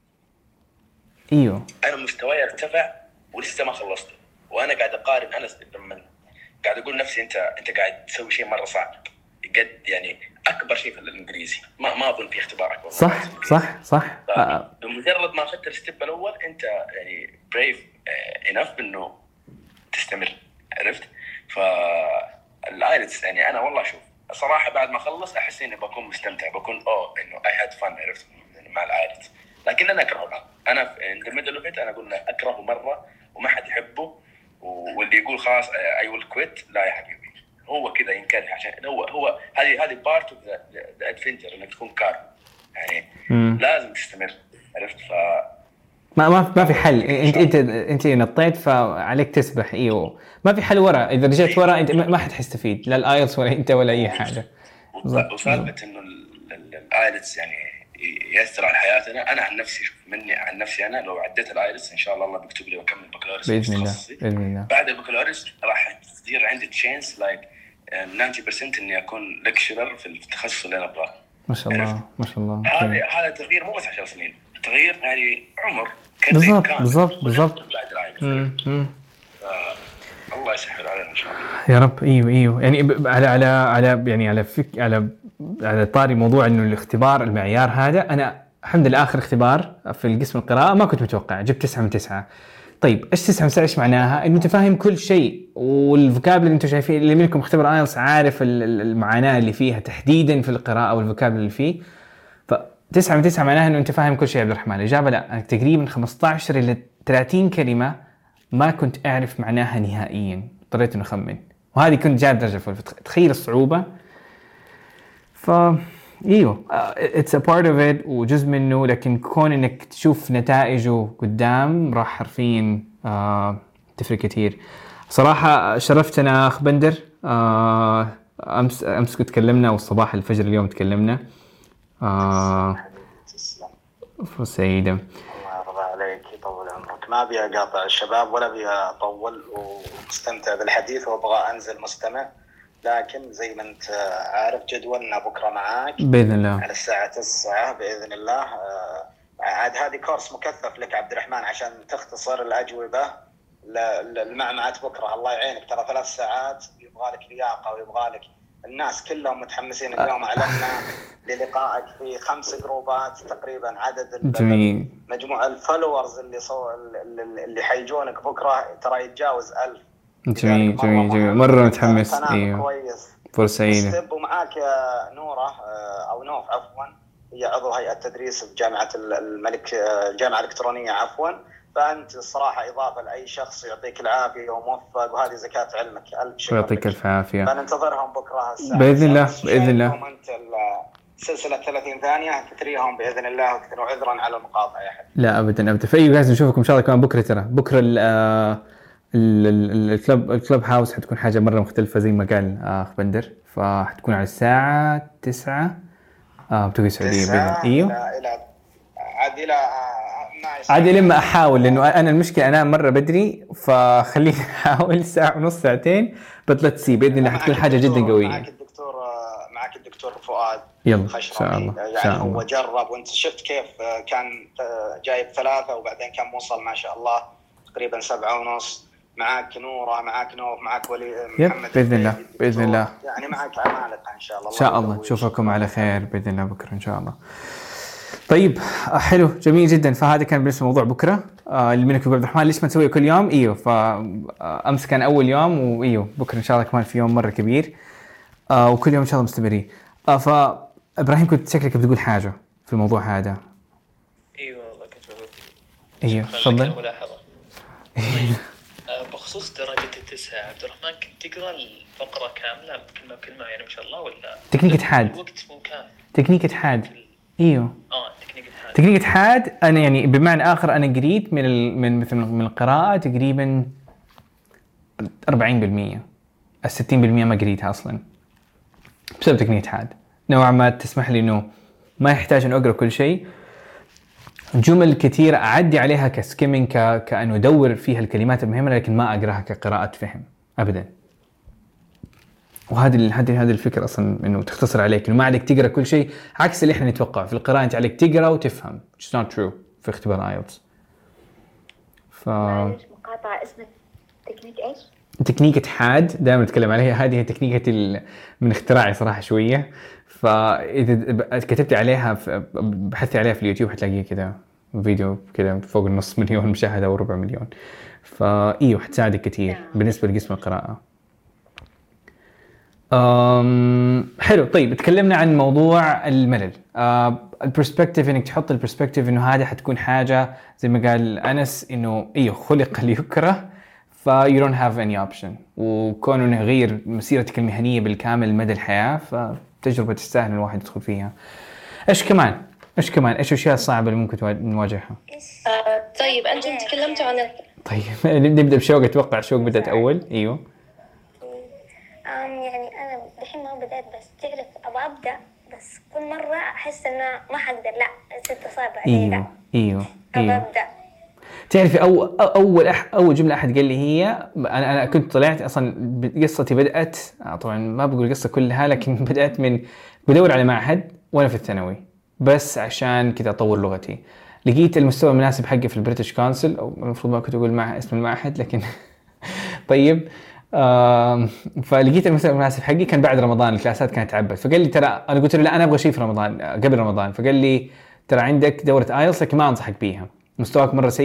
ايوه انا مستواي ارتفع ولسه ما خلصت، وانا قاعد اقارن. انا لما قاعد اقول نفسي انت انت قاعد تسوي شيء مره صعب قد يعني اكبر شيء في الانجليزي، ما ما اظن في اختبارك والله. صح صح صح. بمجرد ما اخذت الستيب الاول انت يعني بريف انف انه تستمر عرفت. فالايلتس يعني انا والله شوف صراحه بعد ما اخلص احس اني بكون مستمتع، بكون اوه انه اي هاد فن عرفت مع الايلتس. لكن انا اكرهه، انا في الميدل اوف ات انا قلنا اكرهه مره وما حد يحبه، واللي يقول خلاص اي ويل كويت لا يا حبيبي، هو كذا ينكره عشان هو هو هذه هذه بارت اوف ذا ادفنتشر انك تكون كار يعني مم. لازم تستمر عرفت. ف ما ما ما في حل. انت انت انت نطيت فعليك تسبح. ايوه ما في حل ورا. اذا رجعت ورا انت ما حد حيستفيد، لا الايلتس ولا انت ولا اي حاجه. وسالفه انه الايلتس يعني يأثر على حياتنا. أنا عن نفسي شوف مني عن نفسي أنا لو عديت الآيلتس إن شاء الله الله بيكتب لي وأكمل بكالوريوس بإذن الله بإذن الله. بعد البكالوريوس راح تصير عندي تشانس لايك تسعين بالمية إني أكون لكشرر في التخصص اللي أنا أبغاه. ما شاء الله ما شاء الله. هذا هذا تغيير مو بس عشر سنين، تغيير يعني عمر. بالضبط بالضبط بالضبط. الله يسهل علينا إن شاء الله يا رب. ايوه ايوه يعني على على على يعني على فك على على طاري موضوع انه الاختبار المعيار هذا. انا الحمد لله اخر اختبار في القسم القراءه ما كنت متوقع، جبت تسعة من تسعة. طيب ايش تسعة وتسعين ايش معناها؟ انه انت فاهم كل شيء، والفوكابل اللي انتم شايفين اللي منكم اختبر ايلتس عارف المعاناه اللي فيها تحديدا في القراءه والفوكابل اللي فيه. ف تسعة من تسعة معناها انه انت فاهم كل شيء يا عبد الرحمن. الاجابه لا، انا تقريبا خمسة عشر الى ثلاثين كلمه ما كنت اعرف معناها نهائيا، اضطريت انه اخمن، وهذه كنت جايب درجه فوق. تخيل الصعوبه. ف ايوه اتس ا بارت اوف ات وجزء منه، لكن كون انك تشوف نتائجه قدام راح حرفيا آه تفرق كثير صراحه. شرفتنا اخ بندر. آه امس امس كنت تكلمنا، والصباح الفجر اليوم تكلمنا. آه فرصه سعيده. الله يرضى عليك يطول عمرك. ما ابي اقاطع الشباب ولا ابي اطول، ومستمتع بالحديث وابغى انزل مستمع، لكن زي ما انت عارف جدولنا بكره معاك باذن الله على الساعه تسعة باذن الله. عاد هذه كورس مكثف لك عبد الرحمن عشان تختصر الاجوبه للمعمعة بكره. الله يعينك، ترى ثلاث ساعات يبغى لك لياقه ويبغى لك. الناس كلهم متحمسين اليوم. اعلنا للقائك في خمس جروبات تقريبا. عدد جميل. مجموع الفولورز اللي صو... اللي حيجونك بكره ترى يتجاوز ألف. جميل جميل جميل مرة متحمس. ايوه كويس. فرصة سعيدة. ومعاك يا نورة او نوف عفوا، هي عضو هيئة التدريس بجامعة الملك، الجامعة الإلكترونية عفوا. فأنت الصراحة إضافة لأي شخص، يعطيك العافية وموفق، وهذه زكاة علمك. ألف شكر. يعطيك الف عافية. فننتظرهم بكرة الساعة بإذن الله بإذن الله. وأنت السلسلة ثلاثين ثانية تثريهم بإذن الله، وتكونوا عذرا على المقاطعة يا حبيبي. لا أبدا أبدا. في جاهز نشوفكم إن شاء الله كمان بكرة. ترى بكرة ال الكلب الكلب هاوس حتكون حاجة مرة مختلفة زي ما قال أخ بندر. فحتكون على الساعة تسعة آه بتوقيت السعودية بإذن. أيوه. عاد إلى عاد لما أحاول، لأنه أنا المشكلة أنام مرة بدري، فخليني أحاول ساعة ونص ساعتين بطلت سي بإذن الله. حتكون حاجة جدا قوية. معك الدكتور معك الدكتور فؤاد. يلا إن شاء الله. يعني هو جرب، وأنت شفت كيف كان جايب ثلاثة وبعدين كان موصل ما شاء الله تقريبا سبعة ونص. معك نورة، معك نوف، معك ولي محمد. بإذن الله بإذن الله. يعني معك عمالقة إن شاء الله. إن شاء الله نشوفكم على خير بإذن الله بكرة إن شاء الله. طيب حلو جميل جدا. فهذا كان بالنسبة لموضوع بكرة. آه اللي منك يقول عبد الرحمن ليش ما تسويه كل يوم؟ إيوه فأمس كان أول يوم، وإيوه بكرة إن شاء الله كمان في يوم مرة كبير. آه وكل يوم إن شاء الله مستمرين. آه فإبراهيم كنت شكلك بتقول حاجة في الموضوع هذا. ايوه والله كنت بقول. ايوه تفضل. ملاحظه. بخصوص درجه التسعة عبد الرحمن، كنت تقرا الفقره كامله كلمه بكلمه يعني ما شاء الله، ولا تكنيك حاد؟ الوقت مو كامل. تكنيك حاد. ايوه اه تكنيك حاد. تكنيك حاد. انا يعني بمعنى اخر انا قريت من ال... من مثل من القراءه تقريبا أربعين بالمية. الستين بالمية ما قريتها اصلا بسبب تكنيك حاد. نوعا ما تسمح لي انه ما يحتاج ان اقرا كل شيء. جمل كثيرة أعدي عليها كسكيمينج، ك... كأنه أدور فيها الكلمات المهمة، لكن ما أقرأها كقراءة فهم أبدا. وهذه هذه هذه الفكرة أصلا إنه تختصر عليك، إنه ما عليك تقرأ كل شيء، عكس اللي إحنا نتوقع في القراءة. أنت عليك تقرأ وتفهم. It's not true في اختبار آيلتس. ف مقاطعة اسمها تكنيك إيش؟ تكنيكة حاد دائما نتكلم عليها. هذه هي تكنيكة ال... من اختراعي صراحة شوية. فإذا كتبت عليها بحثت عليها في اليوتيوب حتلاقيه كده فيديو كده فوق النص مليون مشاهدة أو ربع مليون. فإيوه حتساعدك كتير بالنسبة لقسم القراءة. أم حلو. طيب تكلمنا عن موضوع الملل. أه البرسبكتيف، إنك تحط البرسبكتيف إنه هذه حتكون حاجة زي ما قال أنس إنه إيه خلق ليكره، ف you don't have any option. وكونه إنه يغير مسيرتك المهنية بالكامل مدى الحياة، فتجربة تستاهل الواحد يدخل فيها. إيش كمان؟ إيش كمان؟ إيش الأشياء الصعبة اللي ممكن نواجهها؟ آه طيب أنتم تكلمتوا عن. طيب نبدأ بشوق. أتوقع شوق بدأت أول. أيوه. أم يعني أنا الحين ما بدأت، بس تعرف أبغى أبدأ، بس كل مرة أحس إنه ما حقدر. لا ست أصابع. أيوه أيوه أبغى أبدأ. تعرفي أو أول أح أول جملة أحد قال لي هي أنا أنا كنت طلعت أصلاً قصتي بدأت طبعاً ما بقول قصة كلها، لكن بدأت من بدور على معهد وأنا في الثانوي بس عشان كذا أطور لغتي. لقيت المستوى المناسب حقي في البريتش كونسل، أو المفروض ما كنت أقول مع اسم المعهد لكن طيب. آه فلقيت المستوى المناسب حقي كان بعد رمضان، الكلاسات كانت تعبت. فقال لي ترى أنا قلت له لا أنا أبغى شيء في رمضان قبل رمضان. فقال لي ترى عندك دورة آيلتس لكن ما أنصحك بيها، مستواك مرة سيء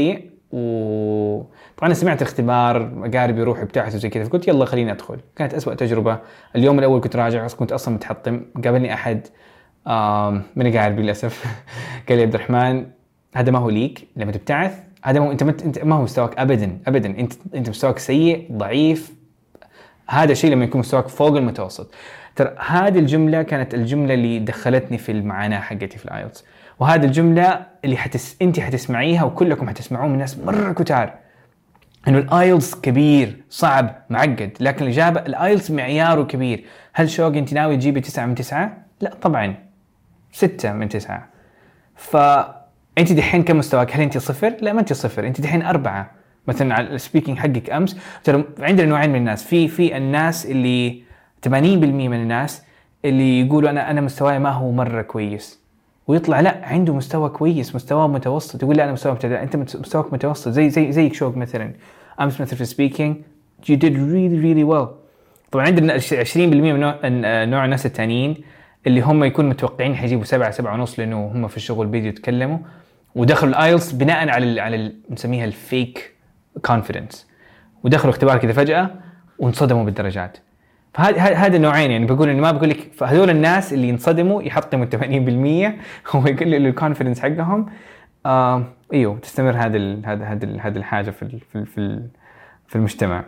وطبعا أنا سمعت اختبار أقارب يروحوا يبتعثوا زي كذا، فقلت يلا خليني أدخل. كانت أسوأ تجربة. اليوم الأول كنت راجع كنت أصلا متحطم. قابلني أحد من أقاربي للأسف قال لي عبد الرحمن هذا ما هو ليك لما تبتعث، هذا ما انت انت ما هو مستواك ابدا ابدا، انت انت مستواك سيء ضعيف، هذا الشيء لما يكون مستواك فوق المتوسط. ترى هذه الجمله كانت الجمله اللي دخلتني في المعاناه حقتي في الايلتس، وهذه الجمله اللي حتس... انت حتسمعيها وكلكم حتسمعوه من ناس مره كتار، انه الايلتس كبير صعب معقد. لكن الاجابه الايلتس معياره كبير. هل شوق انت ناوي تجيبي تسعة من تسعة؟ لا طبعا ستة من تسعة. ف انت دحين كم مستواك؟ هل انت صفر؟ لا ما انت صفر، انت دحين أربعة. مثلا على السبيكينج حقك امس، ترى عندنا نوعين من الناس. في في الناس اللي ثمانين بالمئة من الناس اللي يقولوا انا انا مستواي ما هو مره كويس، ويطلع لا عنده مستوى كويس، مستوى متوسط، يقول لا انا مستوى متوسط. انت مستواك متوسط زي زي زيك شوق مثلا امس مثلا في السبيكينج you did really really well. طبعا عندنا عشرين بالمئة من نوع, نوع الناس الثانيين اللي هم يكونوا متوقعين حيجيبوا سبعة سبعة ونص لانه هم في الشغل فيديو يتكلموا، ودخلوا الايلتس بناء على ال على ال نسميها الفيك كونفيدنس، ودخلوا اختبار كذا فجأة وانصدموا بالدرجات. فهذا هذا النوعين يعني بقول انه ما بقول لك فهذول الناس اللي ينصدموا يحطموا ثمانين بالمئة هو يقول له الكونفيدنس حقهم آه ايوه تستمر هذا هذا هذا هذا الحاجه في في في في المجتمع.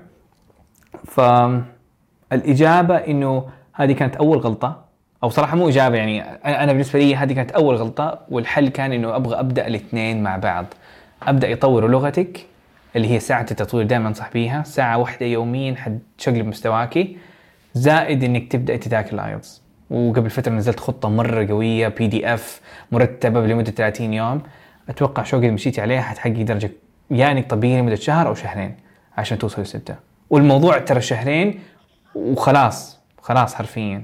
فالاجابه انه هذه كانت اول غلطه، او صراحه مو اجابه يعني انا بالنسبه لي هذه كانت اول غلطه، والحل كان انه ابغى ابدا الاثنين مع بعض. ابدا يطور لغتك اللي هي ساعه التطوير دائما انصح بيها، ساعه واحده يوميا حتشقلب مستواكي، زائد انك تبدا تذاكر الايلتس. وقبل فتره نزلت خطه مره قويه بي دي اف مرتبه لمده ثلاثين يوم، اتوقع شوقي اللي مشيتي عليها حتحققي درجه يا انك طبيعي لمده شهر او شهرين عشان توصل لستة. والموضوع ترى شهرين وخلاص خلاص حرفيا.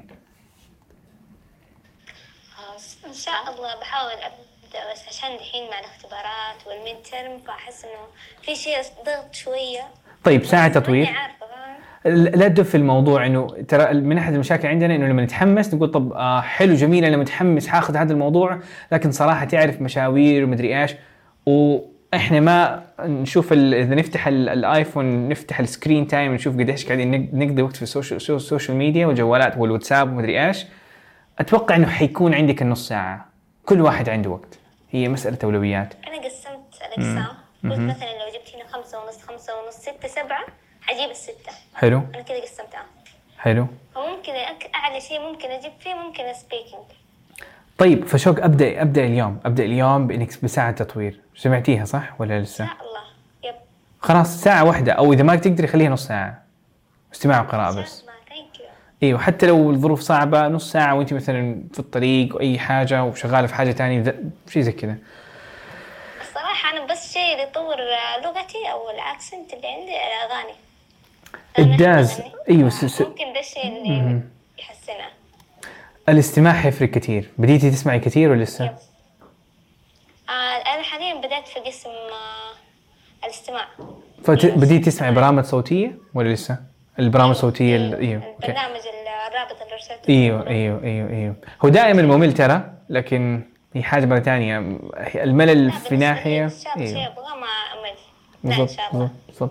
ان شاء الله بحاول ابدا، بس عشان الحين مع الاختبارات والميد ترم فاحس انه في شيء ضغط شويه. طيب ساعه تطوير لا تدف الموضوع، انه ترى من احد المشاكل عندنا انه لما نتحمس نقول طب آه حلو جميل انا متحمس حاخذ هذا الموضوع، لكن صراحه تعرف مشاوير ومدري ايش، واحنا ما نشوف اذا نفتح الايفون نفتح السكرين تايم نشوف قديش قاعدين نقضي وقت في السوشيال السوشيال ميديا والجوالات والواتساب ومدري ايش. اتوقع انه حيكون عندك النص ساعه، كل واحد عنده وقت، هي مساله اولويات. انا قسمت الاقسام، قلت مثلا لو جبت هنا خمسة ونص خمسة ونص ستة سبعة حجيب الستة. حلو. انا كذا قسمتها. حلو. فممكن اعلى شيء ممكن اجيب فيه ممكن سبيكينج. طيب فشوق ابدا ابدا اليوم ابدا اليوم بانك بساعه تطوير. سمعتيها صح ولا لسه؟ ان شاء الله. يب. خلاص ساعه واحده، او اذا ما تقدري خليها نص ساعه استماع وقراءه بس. ايوه حتى لو الظروف صعبه نص ساعه وانت مثلا في الطريق واي حاجه وشغاله في حاجه ثانيه شيء زي كذا. الصراحه انا بس شيء اللي يطور لغتي او الاكسنت اللي عندي الاغاني. الداز ايوه س... ممكن ده الشيء اللي يحسنه. الاستماع حيفرق كثير. بديتي تسمعي كثير ولا لسه؟ آه انا حاليا بدأت في قسم آه الاستماع. فبديتي تسمعي برامج صوتيه ولا لسه؟ البرامج الصوتيه ايوه, أيوه. برنامج الرابط اللي ارسلته. ايوه ايوه ايوه ايوه هو دائما ممل ترى، لكن هي حاجه مره ثانيه. الملل في ناحيه ايوه شيء ابغى ما امل. بالضبط بالضبط.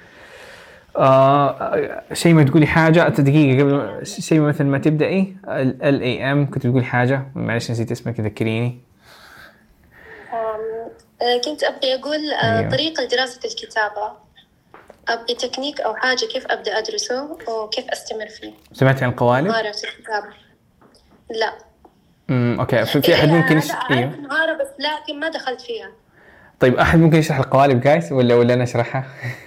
آه شيء ما تقولي حاجه دقيقه قبل شيء مثل ما تبداي ال اي ام كنت تقولي حاجه معلش نسيت اسمك ذكريني. كنت ابغي اقول أيوه. طريقه دراسه الكتابه، ابغي تكنيك او حاجه كيف ابدا ادرسه وكيف استمر فيه. سمعتي عن القوالب؟ مهاره الكتابه لا. امم اوكي في, في احد ممكن يش... ايوه مهاره بس لكن ما دخلت فيها. طيب احد ممكن يشرح القوالب جايز ولا ولا انا اشرحها؟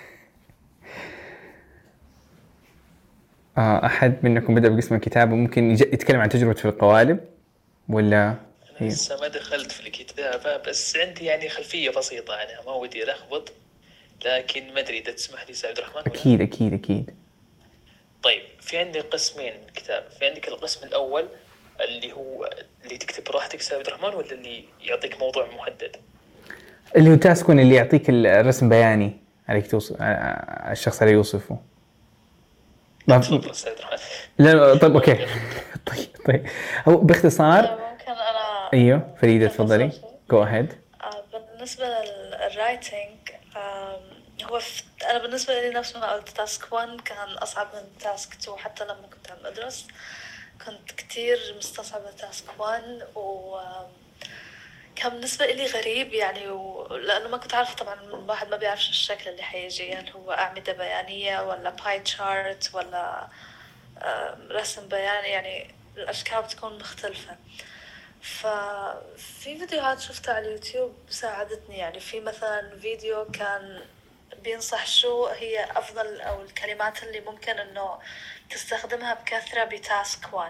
آه احد منكم بدا بقسم الكتابه ممكن يتكلم عن تجربته في القوالب ولا؟ أنا لسه ما دخلت في الكتابه بس عندي يعني خلفيه بسيطه عنها، ما ودي الخبط لكن ما ادري اذا تسمح لي سيد عبد الرحمن. اكيد اكيد اكيد. طيب في عندي قسمين من الكتاب، في عندك القسم الاول اللي هو اللي تكتب براحتك سيد عبد الرحمن، ولا اللي يعطيك موضوع محدد؟ اللي هو تاسكون اللي يعطيك الرسم بياني عليك توصف الشخص اللي يوصفه. ما تفضل سيد عبد الرحمن. لا طيب اوكي طيب طيب هو باختصار ممكن انا ايوه فريده تفضلي جو اهيد. بالنسبه للرايتنج هو أنا بالنسبة لي نفس ما قلت تاسك واحد كان أصعب من تاسك اثنين. حتى لما كنت عم أدرس كنت كتير مستصعبة تاسك واحد و كان بالنسبة لي غريب يعني و... لأنه ما كنت عارفة طبعا الواحد ما بيعرفش الشكل اللي حيجي هل يعني هو أعمدة بيانية ولا باي تشارت ولا رسم بياني يعني الأشكال بتكون مختلفة. ففي فيديوهات شفتها على اليوتيوب ساعدتني يعني في مثلا فيديو كان بينصح شو هي أفضل أو الكلمات اللي ممكن إنه تستخدمها بكثرة بتاسك واحد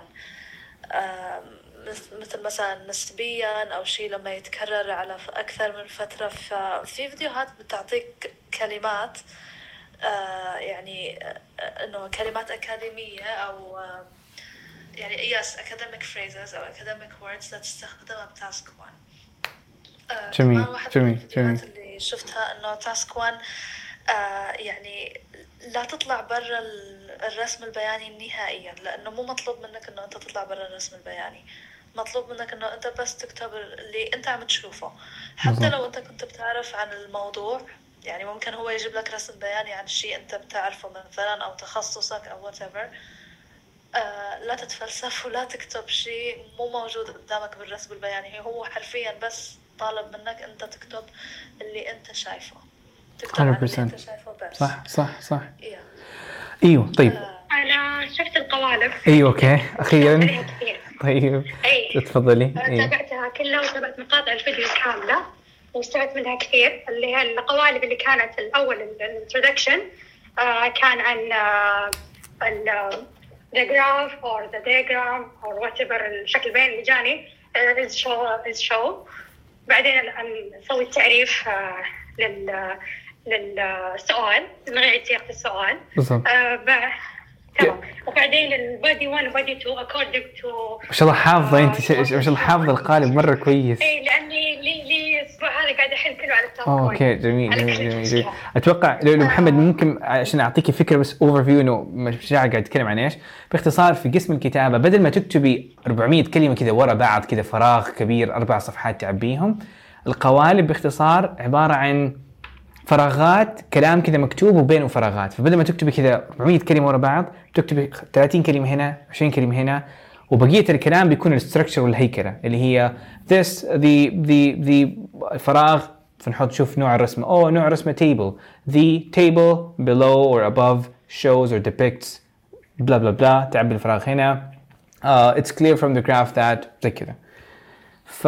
مثل مثلا نسبيا أو شيء لما يتكرر على أكثر من فترة. ففي فيديوهات بتعطيك كلمات يعني إنه كلمات أكاديمية أو يعني yes academic phrases أو academic words لا تستخدمها بتاسك واحد. جميل جميل جميل. اللي شفتها إنه تاسك واحد آه يعني لا تطلع برا الرسم البياني نهائيا لأنه مو مطلوب منك إنه أنت تطلع برا الرسم البياني. مطلوب منك إنه أنت بس تكتب اللي أنت عم تشوفه حتى لو أنت كنت بتعرف عن الموضوع. يعني ممكن هو يجيب لك رسم بياني عن شيء أنت بتعرفه مثلا أو تخصصك أو whatever. آه لا تتفلسف ولا تكتب شيء مو موجود قدامك بالرسم البياني. هو حرفيا بس طالب منك أنت تكتب اللي أنت شايفه. تكتب عن اللي أنت شايفه بس. صح صح صح. إيه. ايوه طيب. آه انا شفت القوالب. ايوه اوكي اخيرا. طيب أي. تفضلي. تابعتها كلها وتابعت مقاطع الفيديو كامله واستفدت منها كثير. اللي هي القوالب اللي كانت الاول الانترودكشن آه كان عن آه ال the graph or the diagram or whatever الشكل البياني اللي جاني uh, is show is show. بعدين نسوي التعريف uh, لل للسؤال نغير صيغة السؤال. بالضبط. تمام. وبعدين البادي واحد وبادي اثنين according to. ما شاء الله حافظة أنت ش... ما شاء الله حافظة القالب مرة كويس. إيه لأني لي لي الأسبوع هذا قاعدة أحل كله على التوقع. أوكي جميل جميل جميل, جميل. أتوقع لو محمد ممكن عشان أعطيكي فكرة بس overview إنه مشاعر قاعد يتكلم عن إيش. باختصار في قسم الكتابة بدل ما تكتبي أربعمية كلمة كذا ورا بعض كذا فراغ كبير أربع صفحات تعبيهم. القوالب باختصار عبارة عن فراغات كلام كذا مكتوب وبينه فراغات. فبدل ما تكتبي كذا أربعمية كلمة ورا بعض تكتبي ثلاثين كلمة هنا عشرين كلمة هنا وبقية الكلام بيكون الستركتشر والهيكلة اللي هي this the the the فراغ. فنحط شوف نوع الرسمة أو نوع الرسمة table the table below or above shows or depicts blah blah blah. تعبي الفراغ هنا uh, it's clear from the graph that زي كذا. ف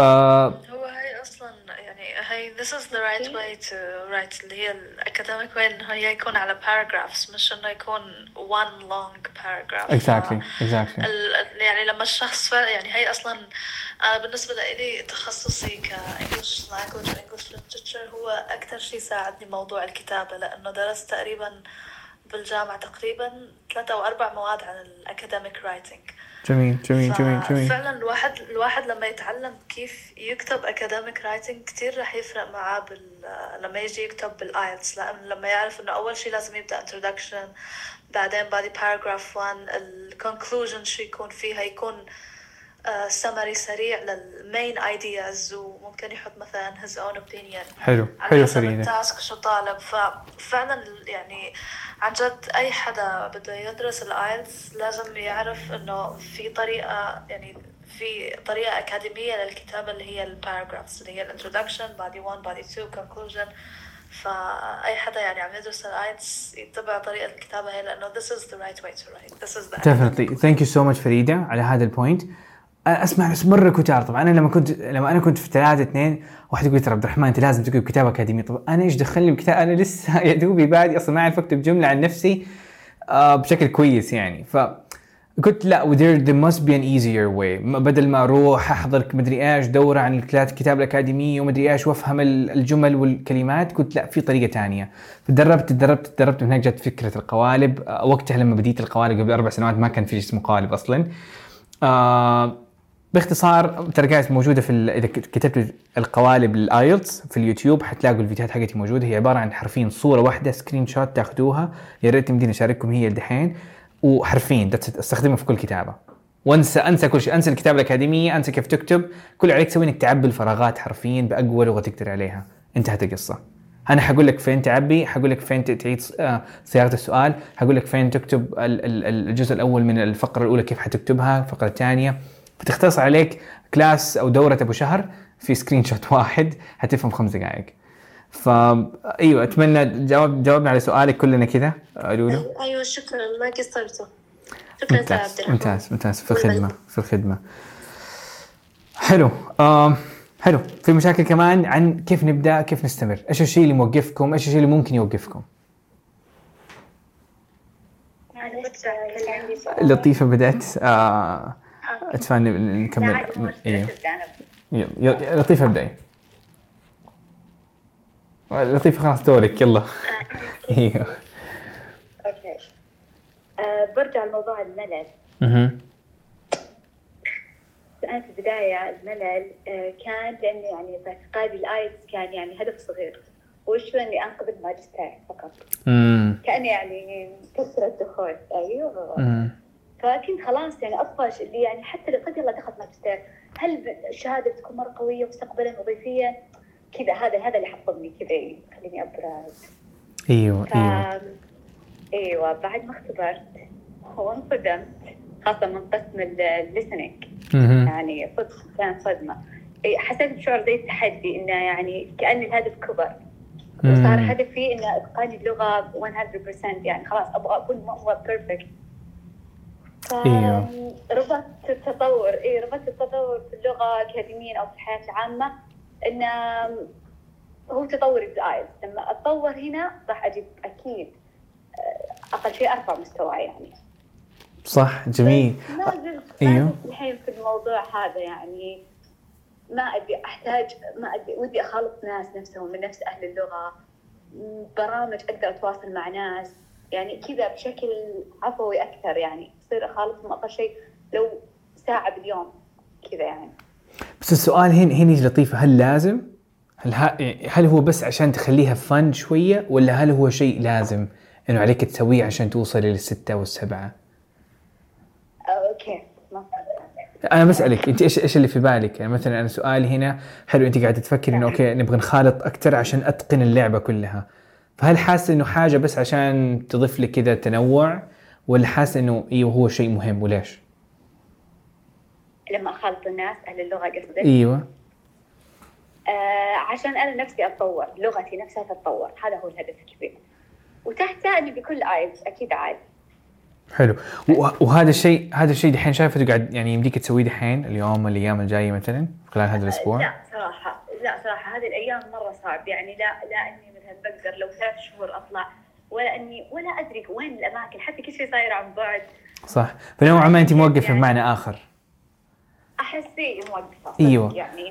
this is the right way to write اللي هي academic way إنه هي يكون على paragraphs مش إنه يكون one long paragraph. exactly exactly. يعني لما الشخص يعني هي أصلاً أنا بالنسبة لي تخصصي ك English language و English literature هو أكتر شيء ساعدني موضوع الكتابة لأنه درست تقريباً بالجامعة تقريباً ثلاثة أو أربع مواد عن academic writing. جميل جميل جميل جميل. فعلا الواحد الواحد لما يتعلم كيف يكتب academic writing كتير رح يفرق معاه بال لما يجي يكتب بالايلتس لأن لما يعرف إنه أول شيء لازم يبدأ introduction بعدين بعد paragraph one ال conclusion شو يكون فيها يكون uh, summary سريع للmain ideas وممكن يحط مثلا his own opinion. حلو حلو فريدة. التاسك شو طالب. ففعلا يعني عن جد أي حدا بده يدرس الآيلتس لازم يعرف إنه في طريقة يعني في طريقة أكاديمية للكتابة اللي هي الباراجرافز اللي هي الانترودكشن body one body two conclusion. فأي حدا يعني عم يدرس الآيلتس يتبع طريقة الكتابة هي لأنه this is the right way to write. This is the definitely. Thank you so much فريدة على هذا البوينت. اسمع بس مره كتار. طبعا انا لما كنت لما انا كنت في ثلاثة اثنين واحد يقول ترى عبد الرحمن انت لازم تكتب كتابه اكاديميه. طب انا ايش دخلني بكتاب انا لسه يا دوبي بادي اصلا ما اعرف اكتب جمله عن نفسي آه بشكل كويس يعني. فقلت لا there, there must be an easier way. بدل ما اروح احضر مدري ايش دوره عن الكتابه الاكاديميه ومدري ايش وافهم الجمل والكلمات قلت لا في طريقه تانية. تدربت تدربت تدربت من هناك جت فكره القوالب. آه وقتها لما بديت القوالب قبل اربع سنوات ما كان في اسمه قالب اصلا. آه باختصار ترى قاعدة موجودة في إذا كتبت القوالب للآيلتس في اليوتيوب حتلاقوا الفيديوهات حقتي موجودة. هي عبارة عن حرفين صورة واحدة سكرين شوت تاخدوها يا ريت تمديني أشارككم هي الدحين وحرفين استخدمها في كل كتابة وانسى انسى كل شيء. انسى الكتابة الأكاديمية انسى كيف تكتب. كل عليك تسوي انك تعبي الفراغات حرفين بأقوى لغة تقدر عليها. انتهت القصة. انا حقول لك فين تعبي، حقول لك فين تعيد صياغه السؤال، حقول لك فين تكتب الجزء الاول من الفقره الاولى كيف حتكتبها، الفقره الثانيه، فتختصر عليك كلاس او دوره ابو شهر في سكرين شوت واحد حتفهم خمس دقائق. فايوه اتمنى جاوب جاوبنا على سؤالك كلنا كذا لولو. ايوه شكرا ما قصرتوا. شكرا يا عبد الرحمن. ممتاز ممتاز في الخدمه في الخدمه. حلو. آه حلو. في مشاكل كمان عن كيف نبدا كيف نستمر، ايش الشيء اللي موقفكم، ايش الشيء اللي ممكن يوقفكم؟ لطيفة بدأت. آه اتفاني نكمل. ايوه يلا لطيفة ابدأي. لطيفة خلاص دورك يلا. ايوه اوكي. أه برجع لموضوع الملل. اها أنا في البداية الملل أه كان لأنه يعني باعتقادي الآيلتس كان يعني هدف صغير، وش إني أنقذ الماجستير فقط. امم كان يعني كسر الدخول. أيوه. امم فكنت خلاص يعني أطفش اللي يعني حتى لو قد يلا دخلت ماجستير هل الشهادة تكون مرة قوية مستقبلا وظيفيا كذا، هذا هذا اللي حطمني كذا خليني أبرز. ايوه ف... ايوه ايوه بعد ما اختبرت هو انصدمت، خاصة من قسم الليسنينج. يعني صدق كان صدمة. حسيت بشعور زي التحدي إنه يعني كأن الهدف كبر وصار هدفي إنه إتقان اللغة مية بالمية، يعني خلاص أبغى أكون مو بيرفكت. ربط التطور إيه ربط التطور في اللغة أكاديميا أو في الحياة العامة إنه هو تطوري بالآيلتس. لما أتطور هنا راح أجيب أكيد أقل شيء أرفع مستوى يعني. صح جميل. ما زلت أيوه الحين في الموضوع هذا يعني ما أدري أحتاج ما أدري ودي أخالط ناس نفسهم من نفس أهل اللغة، برامج أقدر أتواصل مع ناس يعني كذا بشكل عفوي أكثر، يعني أصير أخالطهم أقل شيء لو ساعة باليوم كذا يعني. بس السؤال هنا هنا لطيفة، هل لازم؟ هل هل هو بس عشان تخليها فن شوية، ولا هل هو شيء لازم إنه عليك تسويه عشان توصلي للستة والسبعة؟ أوكي. أنا بسألك أنت إيش إيش اللي في بالك؟ يعني مثلا أنا سؤالي هنا حلو، أنت قاعدة تفكر إنه أوكي نبغى نخالط أكتر عشان أتقن اللعبة كلها، فهل حاسة إنه حاجة بس عشان تضيف لك كذا تنوع، ولا حاسة إنه إيوه هو شيء مهم وليش؟ لما أخالط الناس أهل اللغة قصدك؟ أيوة. آه عشان أنا نفسي أتطور، لغتي نفسها تتطور، هذا هو الهدف الكبير. وتحتها إني بكل آيلتس أكيد عادي. حلو. وهذا الشيء هذا الشيء دحين شايفته قاعد يعني يمديك تسويه دحين اليوم الايام الجايه مثلا خلال هذا الاسبوع؟ لا صراحه لا صراحه هذه الايام مره صعب يعني. لا لا اني مثلا بقدر لو ثلاث شهور اطلع، ولا اني ولا ادري وين الاماكن، حتى كل شيء صاير عن بعد. صح. فنوعا ما انت موقفه يعني بمعنى اخر. احسي موقفه. ايوه يعني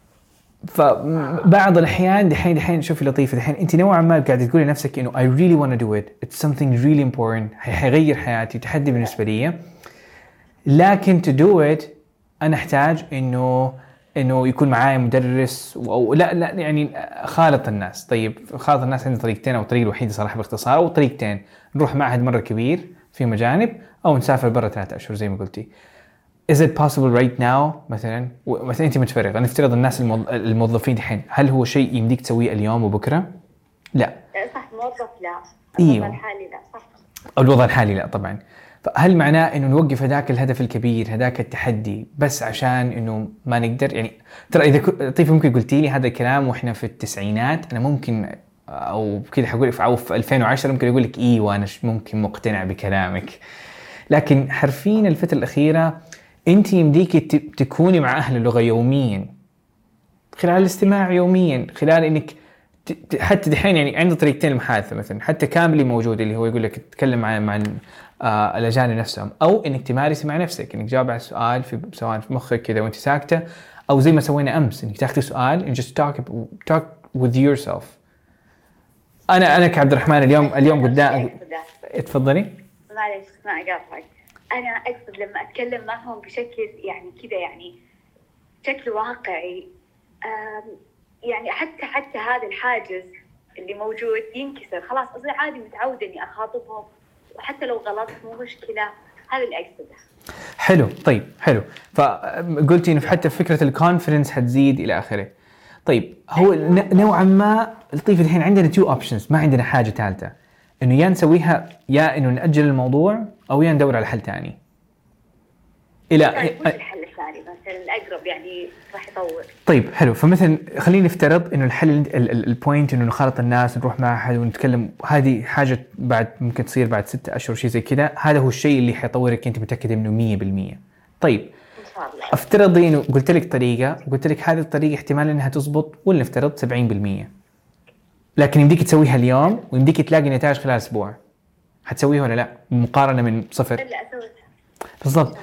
فبعض الأحيان دحين دحين شوفي لطيفة دحين أنت نوعا ما قاعدة تقولي نفسك إنه I really want to do it it's something really important حيغير حياتي تحدي بالنسبة لي، لكن to do it أنا أحتاج إنه إنه يكون معايا مدرس أو لا لا يعني خالط الناس. طيب خالط الناس عندي طريقتين، أو الطريقة الوحيدة صراحة باختصار، أو طريقتين، نروح معهد مرة كبير في مجانب، أو نسافر برا ثلاثة أشهر زي ما قلتي. Is it possible right now مثلا مثلا أنت متفرغ، نفترض الناس الموظفين الحين، هل هو شيء يمديك تسويه اليوم وبكرة؟ لا. صح موظف لا. أيوه. الوضع الحالي لا صح. الوضع الحالي لا طبعا. فهل معناه إنه نوقف هذاك الهدف الكبير هذاك التحدي بس عشان إنه ما نقدر؟ يعني ترى إذا طيب ممكن قلتي لي هذا الكلام وإحنا في التسعينات أنا ممكن أو كده حقول في في ألفين وعشرة ممكن أقول لك إيه وأنا ممكن مقتنع بكلامك، لكن حرفيا الفترة الأخيرة أنت يمديك تكوني مع أهل اللغة يوميا خلال الاستماع يوميا، خلال إنك حتى دحين يعني عندي طريقتين المحادثة مثلا، حتى كاملي موجود اللي هو يقول لك تتكلم مع مع آه الأجانب نفسهم، أو إنك تمارسي مع نفسك، إنك تجاوب على السؤال في سواء في مخك كذا وأنت ساكتة، أو زي ما سوينا أمس إنك تأخذي سؤال and just talk talk with yourself. أنا أنا كعبد الرحمن اليوم اليوم قدام اتفضلي. معلش ما أقاطعك، أنا أقصد لما أتكلم معهم بشكل يعني كذا يعني شكل واقعي، يعني حتى حتى هذا الحاجز اللي موجود ينكسر خلاص، أصير عادي متعودة إني أخاطبهم وحتى لو غلطت مو مشكلة. هذا اللي أقصده. حلو. طيب حلو. فقلتي إنه حتى فكرة الكونفيدنس حتزيد إلى آخره. طيب هو ن- نوعا ما لطيف. الحين عندنا تو اوبشنز، ما عندنا حاجه ثالثه، انه يا نسويها يا انه ناجل الموضوع او يا ندور على حل ثاني. الى طيب وش الحل الثاني مثلا الاقرب يعني راح يطول؟ طيب حلو، فمثلا خلينا نفترض انه الحل البوينت انه نخالط الناس، نروح معهد ونتكلم، هذه حاجه بعد ممكن تصير بعد ستة اشهر شيء زي كذا، هذا هو الشيء اللي حيطورك انت متاكد منه مية بالمية. طيب افترضي انه قلت لك طريقه، قلت لك هذه الطريقه احتمال انها تزبط، ولا نفترض سبعين بالمية، لكن يمديك تسويها اليوم ويمديك تلاقي نتائج خلال اسبوع، حتسويها ولا لا مقارنه من صفر؟ لا اسويها بالضبط.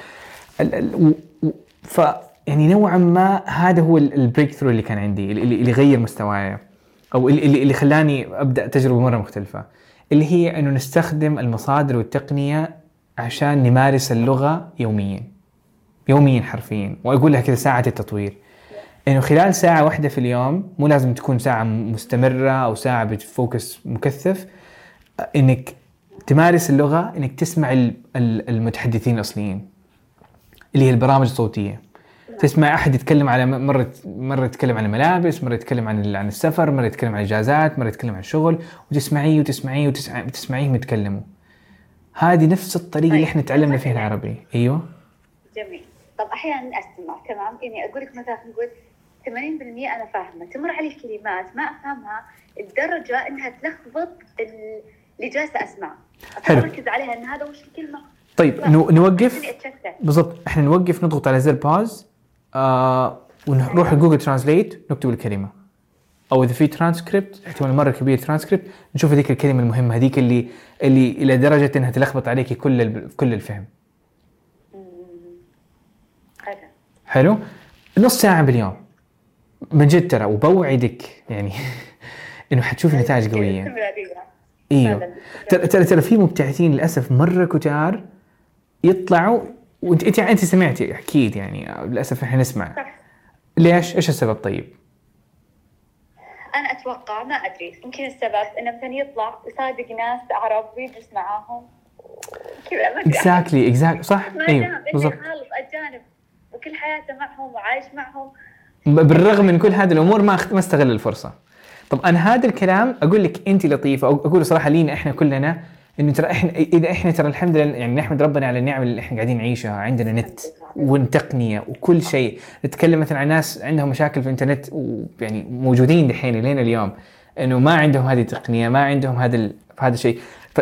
ف يعني نوعا ما هذا هو البريك ثرو اللي كان عندي، اللي اللي غير مستواي، او اللي اللي خلاني ابدا تجربه مره مختلفه، اللي هي انه نستخدم المصادر والتقنيه عشان نمارس اللغه يوميا يوميا حرفيا. واقول لها كذا ساعه التطوير، انه خلال ساعه واحده في اليوم، مو لازم تكون ساعه مستمره او ساعه بفوكس مكثف، انك تمارس اللغه، انك تسمع المتحدثين الاصليين اللي هي البرامج الصوتيه. تسمع احد يتكلم على مره مره يتكلم عن الملابس، مره يتكلم عن عن السفر، مره يتكلم عن الاجازات، مره يتكلم عن الشغل، وتسمعيه وتسمعيه وتسمعيهم يتكلموا. هذه نفس الطريقه اللي احنا تعلمنا فيها العربي. ايوه جميل. طب احيانا استمع تمام، يعني اقول لك مثلا نقول ثمانين بالمية انا فاهمه، تمر علي كلمات ما افهمها لدرجه انها تلخبط اللي جالسه اسمع، اركز عليها ان هذا وش الكلمه. طيب نوقف بالضبط، احنا نوقف نضغط على زر باوز آه ونروح لجوجل ترانسليت نكتب الكلمه، او اذا في ترانسكريبت احتمال مره كبير ترانسكريبت نشوف هذيك الكلمه المهمه، هذيك اللي اللي الى درجه انها تلخبط عليكي كل كل الفهم. حلو. نص ساعه باليوم من جد ترى، وبوعدك يعني انه حتشوف نتائج قويه. ايوه ترى ترى ترى في مبتعثين للاسف مره كتار يطلعوا، وانت انت انت سمعتي اكيد يعني، للاسف احنا نسمع. ليش؟ ايش السبب؟ طيب انا اتوقع ما ادري، يمكن السبب انه مثلا يطلع يصادق ناس عرب ويجلس معاهم كذا، ما ادري. اكزاكتلي اكزاكتلي صح. ايوه بالضبط، خالص اجانب وكل حياته معهم وعايش معهم، بالرغم من كل هذه الامور ما ما استغل الفرصه. طب انا هذا الكلام اقول لك انت لطيفه، او اقول صراحه لينا احنا كلنا، انه ترى احنا اذا احنا ترى الحمد لله يعني نحمد ربنا على النعم اللي احنا قاعدين نعيشها، عندنا نت وتقنيه وكل شيء. نتكلم مثلا عن ناس عندهم مشاكل في الانترنت ويعني موجودين دحين لين اليوم، انه ما عندهم هذه التقنيه، ما عندهم هذا هذا الشيء.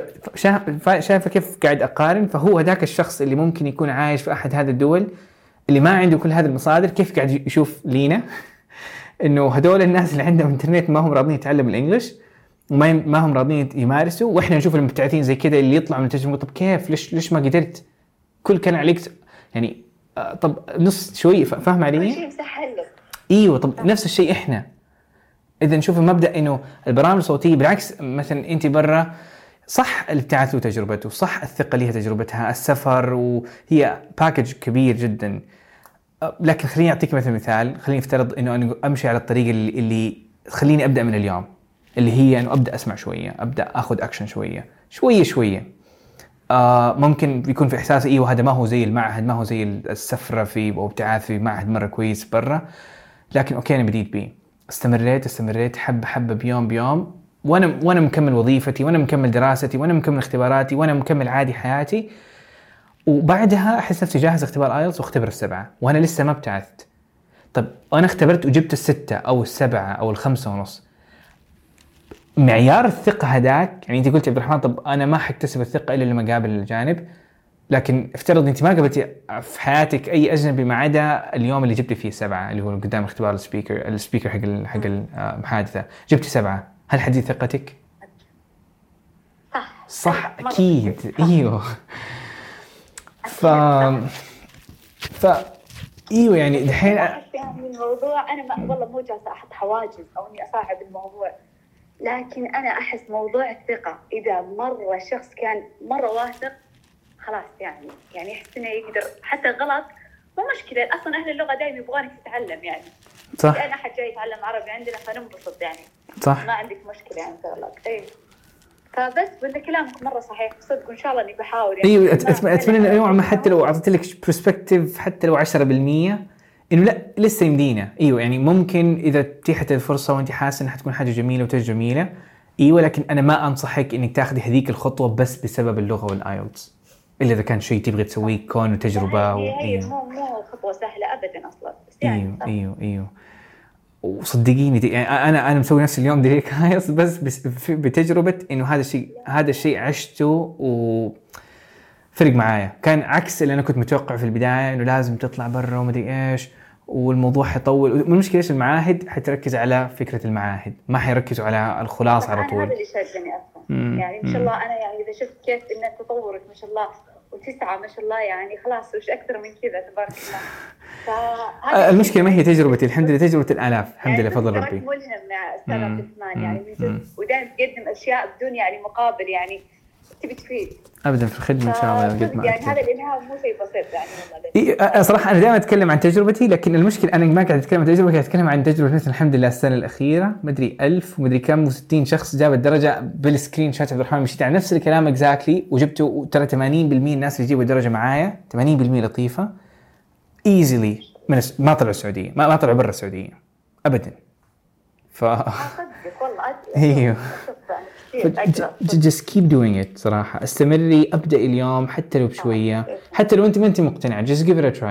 شايفه كيف قاعد اقارن؟ فهو هذاك الشخص اللي ممكن يكون عايش في احد هذه الدول اللي ما عنده كل هذه المصادر، كيف قاعد يشوف لينا انه هدول الناس اللي عندهم انترنت ما هم راضيين يتعلموا الانجليش وما ما هم راضيين يمارسوا، واحنا نشوف المبتعثين زي كذا اللي يطلعوا من التجربه. طب كيف؟ ليش ليش ما قدرت؟ كل كان عليك يعني آه طب نص شوي فاهم علي؟ شيء مسهل لك. ايوه طب نفس الشيء احنا اذا نشوف المبدا انه البرامج الصوتيه بالعكس، مثلا انت برا صح الابتعاث له تجربته، صح الثقه لها تجربتها، السفر وهي باكج كبير جدا، لكن خليني اعطيك مثلا مثال. خليني افترض انه انا امشي على الطريقه اللي, اللي خليني ابدا من اليوم، اللي هي انه ابدا اسمع شويه، ابدا اخذ اكشن شويه شويه شويه. آه ممكن يكون في احساسي ايوه هذا ما هو زي المعهد، ما هو زي السفره في او ابتعاث في معهد مره كويس برا، لكن اوكي انا بديت بيه، استمريت استمريت حبه حبه بيوم بيوم، وانا وانا مكمل وظيفتي، وانا مكمل دراستي، وانا مكمل اختباراتي، وانا مكمل عادي حياتي، وبعدها احس نفسي جاهز اختبار ايلتس واختبر السبعه وانا لسه ما ابتعثت. طب انا اختبرت وجبت الستة او السبعة او الخمسة ونص، معيار الثقه هذاك يعني انت قلت يا عبد الرحمن طب انا ما حكتسب الثقه الا لما اقابل الجانب، لكن افترض انت ما قابلتي في حياتك اي اجنبي ما عدا اليوم اللي جبتي فيه سبعة اللي هو قدام اختبار السبيكر السبيكر حق حق المحادثه، جبتي سبعة، هل حدي ثقتك؟ صح صح اكيد صح. ايوه ف ف ايوه يعني دحين احس يعني الموضوع انا ما والله مو جالسه احط حواجز او اني اصعب الموضوع، لكن انا احس موضوع الثقه اذا مره الشخص كان مره واثق خلاص يعني يعني يحس انه يقدر حتى غلط مو مشكله. اصلا اهل اللغه دائما يبغونك تتعلم يعني صح، انا احد جاي يتعلم عربي عندنا فننبسط يعني صح، ما عندك مشكله يعني تغلط. اي فبس وانت كلامك مره صحيح صدق، وان شاء الله اني بحاول يعني. ايوه اتمنى اتمنى نوعا ما حتى لو اعطيت لك برسبكتيف حتى لو عشرة بالمية انه لا لسه يمدينا. ايوه يعني ممكن اذا اتيحت الفرصه وانت حاسه انها حتكون حاجه جميله وتجربه جميله، ايوه، لكن انا ما انصحك انك تاخذي هذيك الخطوه بس بسبب اللغه والايلتس، الا اذا كان شيء تبغي تسويه كون وتجربه. هي هي أيوه. مو مو خطوه سهله ابدا اصلا، بس يعني ايوه ايوه ايوه وصدقيني دي يعني انا انا مسوي نفس اليوم ديريك ايلتس بس, بس بتجربه انه هذا الشيء هذا الشيء عشته وفرق معايا. كان عكس اللي انا كنت متوقع في البدايه انه لازم تطلع برا وما ادري ايش والموضوع حيطول. والمشكله ايش المعاهد حتركز على فكره المعاهد، ما حيركزوا على الخلاص على طول. هذا اللي شدني اصلا يعني ما شاء الله. انا يعني اذا شفت كيف ان تطورك ما شاء الله وتسعى ما شاء الله، يعني خلاص وش اكثر من كذا تبارك الله. فهذا المشكله ما هي تجربتي، الحمد لله تجربه الالاف الحمد يعني لله فضل ربي. ملهم مع استاذ عبد الرحمن يعني من جد، ودائما تقدم اشياء بدون يعني مقابل، يعني تبي تفيد ابدا في الخدمه ان شاء الله. قد ما يعني هذا الالهام مو شيء بسيط يعني والله. إيه صراحه انا دائما اتكلم عن تجربتي، لكن المشكله انا ما قاعد اتكلم عن تجربتي، قاعد اتكلم عن تجربه مثلا الحمد لله السنه الاخيره مدري ألف ومدري كم وستين شخص جاب الدرجه بالسكرين شات. عبد الرحمن مشيت على نفس الكلام اكزاكتلي وجبته، ترى ثمانين بالمئة الناس اللي يجيبوا الدرجه معايا ثمانين بالمئة لطيفه ايزلي من ما طلعوا السعوديه، ما ما طلعوا برا السعوديه ابدا. ف ايوه just keep doing it صراحة. استمري، ابدأ اليوم حتى لو بشوية، حتى لو انت ما انت مقتنعة just give it a try.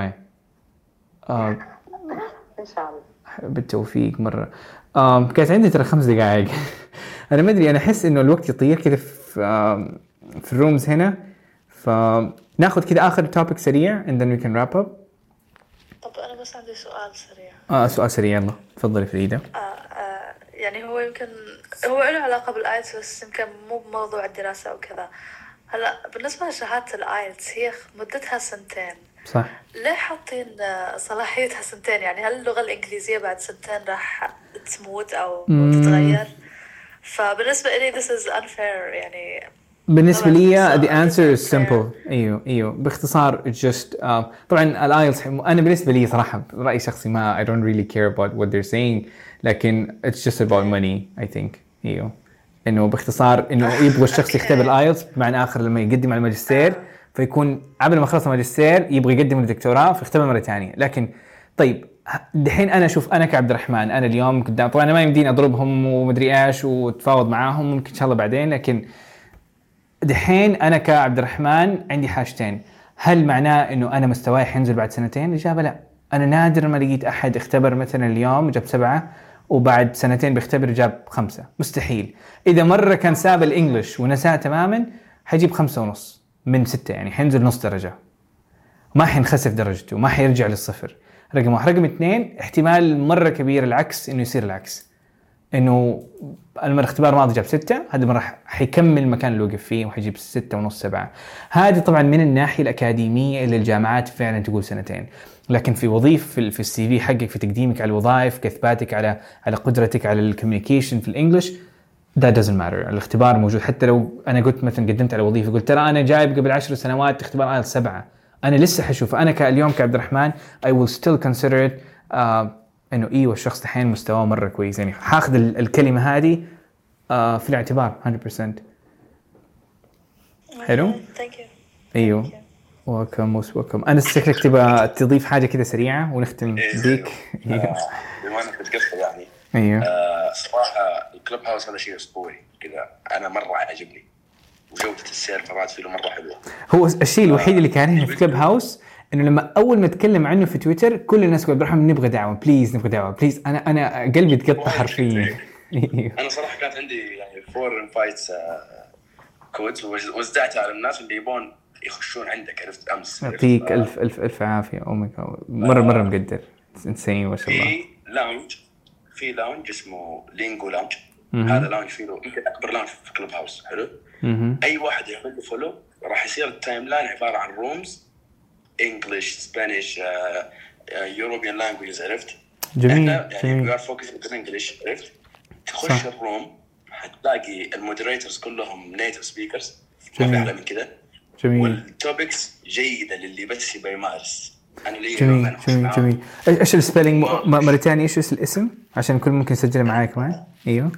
آه ان شاء الله بالتوفيق مرة. آه كانت عندي ترى خمس دقائق انا ما ادري، انا احس انه الوقت يطير كذا في آه في الرومز هنا، فناخذ كذا اخر توبيك سريع and then we can wrap up. طب انا بس عندي سؤال سريع. اه سؤال سريع يلا تفضلي فريدة. آه آه يعني هو يمكن هو له علاقة بالآيلتس بس يمكن مو بموضوع الدراسة أو كذا. هلا بالنسبة لشهادة الآيلتس هي مدتها سنتين صح؟ ليه حاطين صلاحيتها سنتين؟ يعني هل اللغة الإنجليزية بعد سنتين راح تموت أو تتغير؟ فبالنسبة لي this is unfair يعني. بالنسبة لي the answer is simple. ايوه ايوه باختصار just uh, طبعا الايلتس انا بالنسبة لي صراحة رأي شخصي ما I don't really care about what they're saying، لكن it's just about money I think. ايوه انه باختصار انه يبغى الشخص يختبر الايلتس بمعنى اخر لما يقدم على الماجستير فيكون قبل ما يخلص الماجستير يبغى يقدم للدكتوراه فيختبر مرة ثانية. لكن طيب دحين انا اشوف انا كعبد الرحمن انا اليوم قدام، طبعا انا ما يمديني اضربهم ومدري ايش وتفاوض معاهم، ممكن ان شاء الله بعدين، لكن دحين انا كعبد الرحمن عندي حاجتين. هل معناه انه انا مستواي حينزل بعد سنتين؟ الاجابه لا. انا نادر ما لقيت احد اختبر مثلا اليوم جاب سبعة وبعد سنتين بيختبر جاب خمسة، مستحيل. اذا مره كان ساب الانجليش ونساه تماما حيجيب خمسة ونص من ستة، يعني حينزل نص درجه، ما حينخسف درجته، ما حيرجع للصفر. رقم واحد. رقم اثنين احتمال مره كبير العكس، انه يصير العكس، انه المره اختبار ماضي جاب ستة، هذا المره حيكمل المكان اللي وقف فيه وحيجيب ستة ونص سبعة. هذه طبعا من الناحيه الاكاديميه اللي الجامعات فعلا تقول سنتين، لكن في وظيفه في, في السي في حقك في تقديمك على الوظائف كاثباتك على على قدرتك على الكوميونيكيشن في الانجليش that doesn't matter. الاختبار موجود. حتى لو انا قلت مثلا قدمت على وظيفه قلت ترى انا جايب قبل عشر سنوات اختبار آيلتس سبعة، انا لسه حشوف. انا كاليوم كعبد الرحمن I will still consider it uh, انه ايوه الشخص الحين مستواه مره كويس، يعني حاخذ الكلمه هذه uh, في الاعتبار مية بالمية. حلو. ايوه وكم وكم. انا شكلك تبغى تضيف حاجه كذا سريعه ونختم بيك. ايوه بما انك بتقصد يعني ايوه آه صراحه الكلوب هاوس هذا شيء اسطوري كذا، انا مره عجبني وجوده السير فبعد فيه مره حلوه. هو الشيء الوحيد اللي كان في كلوب هاوس انه لما اول ما اتكلم عنه في تويتر كل الناس قالوا برحم نبغى دعوه بليز نبغى دعوه بليز. انا انا قلبي تقطع حرفيا. انا صراحه كانت عندي يعني فور انفايتس كودز ووزعتها على الناس اللي يبون يخشون عندك، عرفت امس. يعطيك الف الف الف عافيه. او ماي جاد مره مره مقدر انسين ما شاء الله. في لاونج في لاونج اسمه لينجو لاونج. هذا لاونج فيه يمكن اكبر لاونج في كلوب هاوس. حلو. اي واحد يعمل له فولو راح يصير التايم لاين عباره عن رومز انجلش سبانيش يوروبيان لانجويجز، عرفت. جميل احنا يعني جميل. وي ار فوكسينج اون انجلش، عرفت. تخش الروم حتلاقي المودريتورز كلهم نيتيف سبيكرز، ما في احلى من كذا. جميل. والتوبكس جيده للي بس يبغى يمارس. انا لي جميل جميل جميل. ايش السبيلينج مره ثانيه؟ ايش الاسم عشان الكل ممكن يسجل معايا كمان؟ ايوه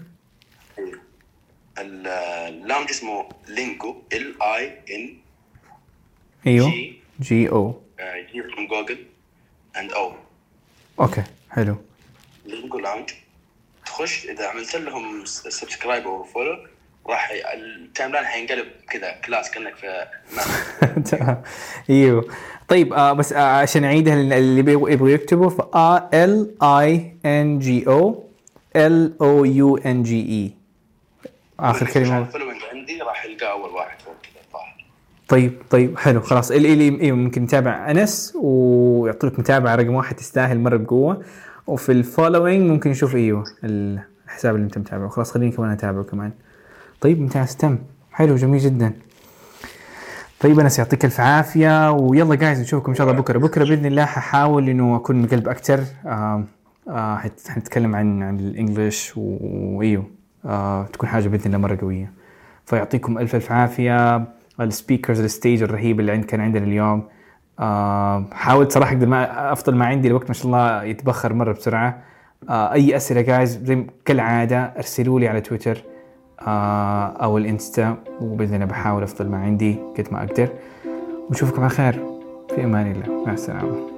اللانج اسمه لينجو ال اي ان ايوه جي او جي from Google and O اوكي حلو. لينجو لاونج تخش اذا عملت لهم سبسكرايب او فولو راح التايم لاين حينقلب كذا كلاس كأنك في تمام. ايوه طيب آه بس آه عشان اعيدها اللي يبغوا يكتبوا ف ال اي ان جي او ال او يو ان جي اي اخر كلمه. الفولوينج عندي راح يلقى اول واحد فوق كذا الظاهر. طيب طيب حلو خلاص. اللي اللي ايوه ممكن نتابع انس ويعطيك متابع رقم واحد تستاهل مره بقوه. وفي الفولوينج ممكن نشوف ايوه الحساب اللي انت متابعه. خلاص خليني كمان اتابعه كمان. طيب ممتاز تم حلو جميل جدا. طيب أنس يعطيك الف عافيه ويلا جايز نشوفكم ان شاء الله بكره. بكره باذن الله ححاول انه اكون من قلب اكثر. آه آه حنتكلم عن عن الانجليش وايوه آه تكون حاجه باذن الله مره قويه. فيعطيكم الف الف عافيه. السبيكرز الستيج الرهيب اللي عند كان عندنا اليوم. آه حاولت صراحه قد ما افضل ما عندي الوقت ما شاء الله يتبخر مره بسرعه. آه اي اسئله جايز زي كالعاده ارسلوا لي على تويتر آه او الانستا وباذن الله بحاول افضل ما عندي قد ما اقدر. ونشوفكم على خير في امان الله. مع السلامه.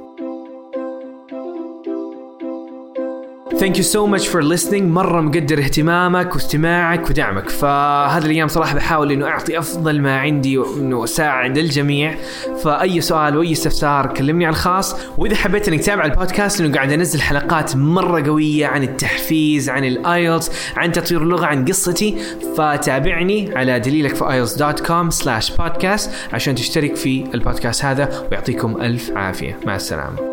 Thank you so much for listening. مرة مقدر اهتمامك واستماعك ودعمك. فهذه الأيام صراحة بحاول إنه أعطي أفضل ما عندي وإنه أساعد الجميع. فأي سؤال وأي استفسار كلمني على الخاص. وإذا حبيت إنك تتابع البودكاست لأنه قاعد أنزل حلقات مرة قوية عن التحفيز عن الآيلتس عن تطوير اللغة عن قصتي فتابعني على دليلك في آيلتس دوت كوم سلاش بودكاست عشان تشترك في البودكاست هذا. ويعطيكم ألف عافية. مع السلامة.